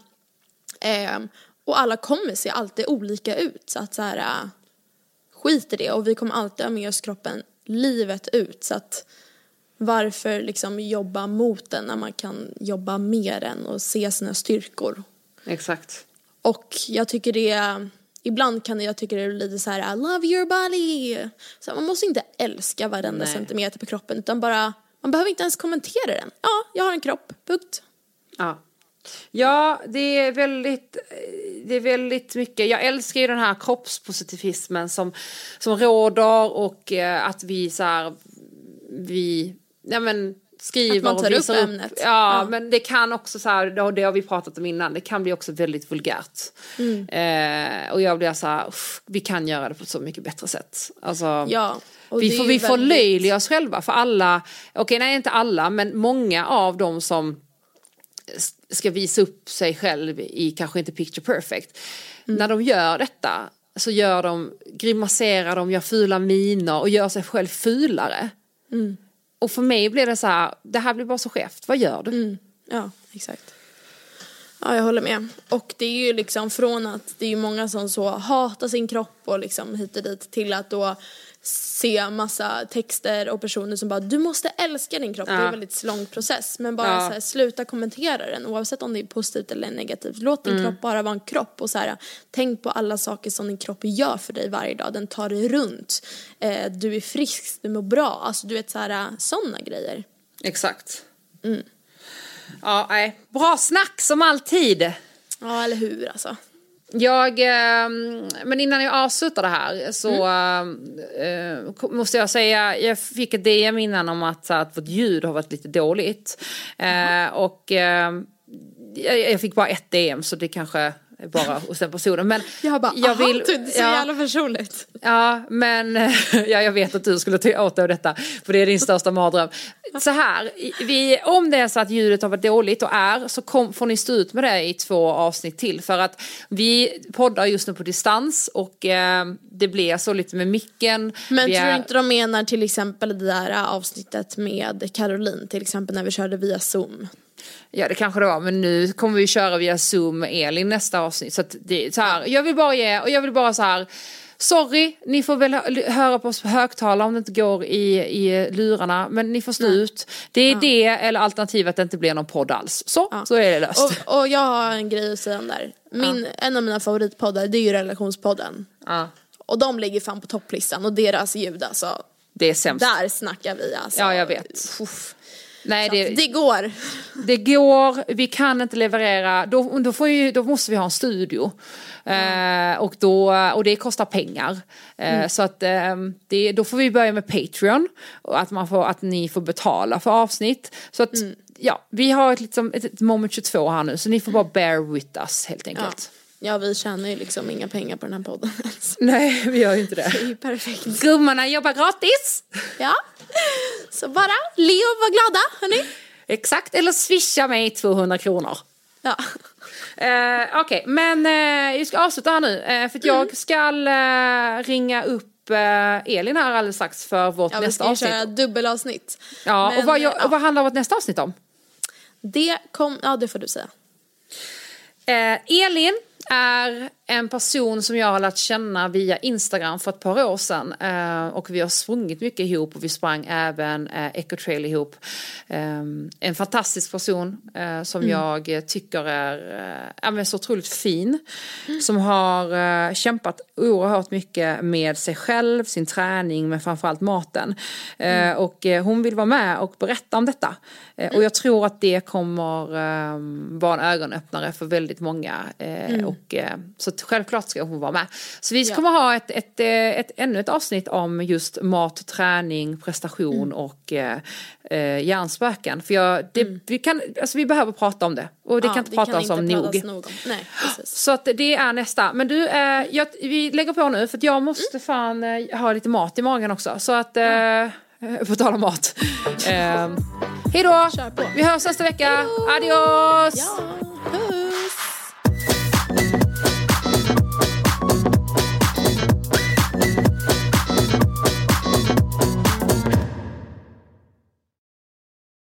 Speaker 1: eh, och alla kommer se alltid olika ut, så att så här, skit i det, och vi kommer alltid ha med oss kroppen livet ut, så att varför liksom jobba mot den när man kan jobba med den och se sina styrkor.
Speaker 2: Exakt.
Speaker 1: Och jag tycker det, ibland kan jag tycka det är lite så här: I love your body. Så man måste inte älska varenda
Speaker 2: Nej.
Speaker 1: centimeter på kroppen, utan bara, man behöver inte ens kommentera den. Ja, jag har en kropp, punkt.
Speaker 2: Ja. Ja, det är väldigt, det är väldigt mycket. Jag älskar ju den här kroppspositivismen som, som råder, och eh, att vi så här, vi, ja men skriver
Speaker 1: att man tar
Speaker 2: och visar
Speaker 1: upp
Speaker 2: upp
Speaker 1: ämnet.
Speaker 2: Ja,
Speaker 1: Ja,
Speaker 2: men det kan också så här, och det har vi pratat om innan, det kan bli också väldigt vulgärt. Mm. Eh, och jag blir så här, uff, vi kan göra det på ett så mycket bättre sätt. Alltså,
Speaker 1: ja,
Speaker 2: vi får, vi får
Speaker 1: väldigt...
Speaker 2: löjliga oss själva, för alla, okej okay, nej inte alla, men många av dem som ska visa upp sig själv i kanske inte picture perfect. Mm. När de gör detta så gör de, grimaserar de, gör fula miner och gör sig själv fulare. Mm. Och för mig blir det så här, det här blir bara så skevt. Vad gör du?
Speaker 1: Mm. Ja, exakt. Ja, jag håller med. Och det är ju liksom från att det är ju många som så hatar sin kropp och liksom hit och dit, till att då se massa texter och personer som bara, du måste älska din kropp. Ja. Det är en väldigt lång process. Men bara ja. så här, sluta kommentera den, oavsett om det är positivt eller negativt. Låt din mm. kropp bara vara en kropp. Och så här, tänk på alla saker som din kropp gör för dig varje dag. Den tar dig runt. Eh, du är frisk, du mår bra. Alltså du vet så här, sådana grejer.
Speaker 2: Exakt.
Speaker 1: Mm.
Speaker 2: Ja, nej. Bra snack som alltid.
Speaker 1: Ja, eller hur alltså.
Speaker 2: Jag, eh, men innan jag avslutar det här så mm. eh, måste jag säga, jag fick ett D M innan om att, att vårt ljud har varit lite dåligt. Eh, och eh, jag fick bara ett D M, så det kanske är bara hos den personen. Men
Speaker 1: jag bara,
Speaker 2: jag vill,
Speaker 1: det är så
Speaker 2: ja,
Speaker 1: jävla personligt.
Speaker 2: Ja, men ja, jag vet att du skulle ta åt dig av detta, för det är din största mardröm. Så här, vi, om det är så att ljudet har varit dåligt och är, så kom, får ni stå ut med det i två avsnitt till, för att vi poddar just nu på distans och eh, det blir så lite med micken.
Speaker 1: Men
Speaker 2: vi
Speaker 1: tror du
Speaker 2: är...
Speaker 1: inte de menar till exempel det där avsnittet med Caroline, till exempel när vi körde via Zoom?
Speaker 2: Ja, det kanske det var, men nu kommer vi köra via Zoom med Elin nästa avsnitt, så att det är så här, jag vill bara ge, och jag vill bara så här, sorry, ni får väl höra på oss på högtalare om det inte går i, i lurarna, men ni får stå Nej. ut. Det är ja. det, eller alternativet att det inte blir någon podd alls. Så, ja. så är det löst.
Speaker 1: Och, och jag har en grej att säga om där. Min, ja. En av mina favoritpoddar, det är ju Relationspodden.
Speaker 2: Ja.
Speaker 1: Och de ligger fan på topplistan, och deras ljud alltså.
Speaker 2: Det är sämst.
Speaker 1: Där snackar vi alltså.
Speaker 2: Ja, jag vet. Uff. Nej, det,
Speaker 1: det går.
Speaker 2: Det går, vi kan inte leverera, då, då, får ju, då måste vi ha en studio. Mm. Eh, och, då, och det kostar pengar. Eh, mm. Så att eh, det, då får vi börja med Patreon. Och att, man får, att ni får betala för avsnitt. Så att mm. ja, vi har ett, liksom, ett, ett moment tjugotvå här nu, så ni får bara bear with us helt enkelt.
Speaker 1: Ja. Ja, vi tjänar ju liksom inga pengar på den här podden.
Speaker 2: Nej, vi gör ju inte det.
Speaker 1: Det är ju perfekt.
Speaker 2: Gummarna jobbar gratis.
Speaker 1: Ja, så bara le och var glada, hörni.
Speaker 2: Exakt, eller swisha mig tvåhundra kronor.
Speaker 1: Ja.
Speaker 2: Uh, Okej, okay. men uh, jag ska avsluta här nu. Uh, för att jag ska uh, ringa upp uh, Elin här alldeles strax för vårt
Speaker 1: ja,
Speaker 2: nästa avsnitt.
Speaker 1: Ja, vi ska köra dubbelavsnitt.
Speaker 2: Ja,
Speaker 1: men,
Speaker 2: och, vad, jag,
Speaker 1: ja.
Speaker 2: och vad handlar vårt nästa avsnitt om?
Speaker 1: Det kom, ja det får du säga.
Speaker 2: Uh, Elin är en person som jag har lärt känna via Instagram för ett par år sedan. Eh, och vi har sprungit mycket ihop, och vi sprang även eh, Ecotrail ihop. Eh, en fantastisk person eh, som mm. jag tycker är eh, så otroligt fin. Mm. Som har eh, kämpat oerhört mycket med sig själv, sin träning, men framförallt maten. Eh, mm. Och eh, hon vill vara med och berätta om detta. Eh, mm. Och jag tror att det kommer eh, vara en ögonöppnare för väldigt många. Eh, mm. och, eh, så självklart ska hon vara med. Så vi kommer ja. ha ett, ett, ett, ett, ännu ett avsnitt om just mat, träning, prestation mm. och eh, hjärnspöken. För jag, det, mm. vi, kan, alltså vi behöver prata om det. Och det
Speaker 1: ja,
Speaker 2: kan inte
Speaker 1: det
Speaker 2: pratas
Speaker 1: kan
Speaker 2: om
Speaker 1: inte
Speaker 2: nog.
Speaker 1: nog om. Nej, precis.
Speaker 2: Så att det är nästa. Men du, eh, jag, vi lägger på nu, för att jag måste mm. fan eh, ha lite mat i magen också. Så att, eh, ja. på tal om mat. eh, hej då! Vi hörs nästa vecka. Adios!
Speaker 1: Ja.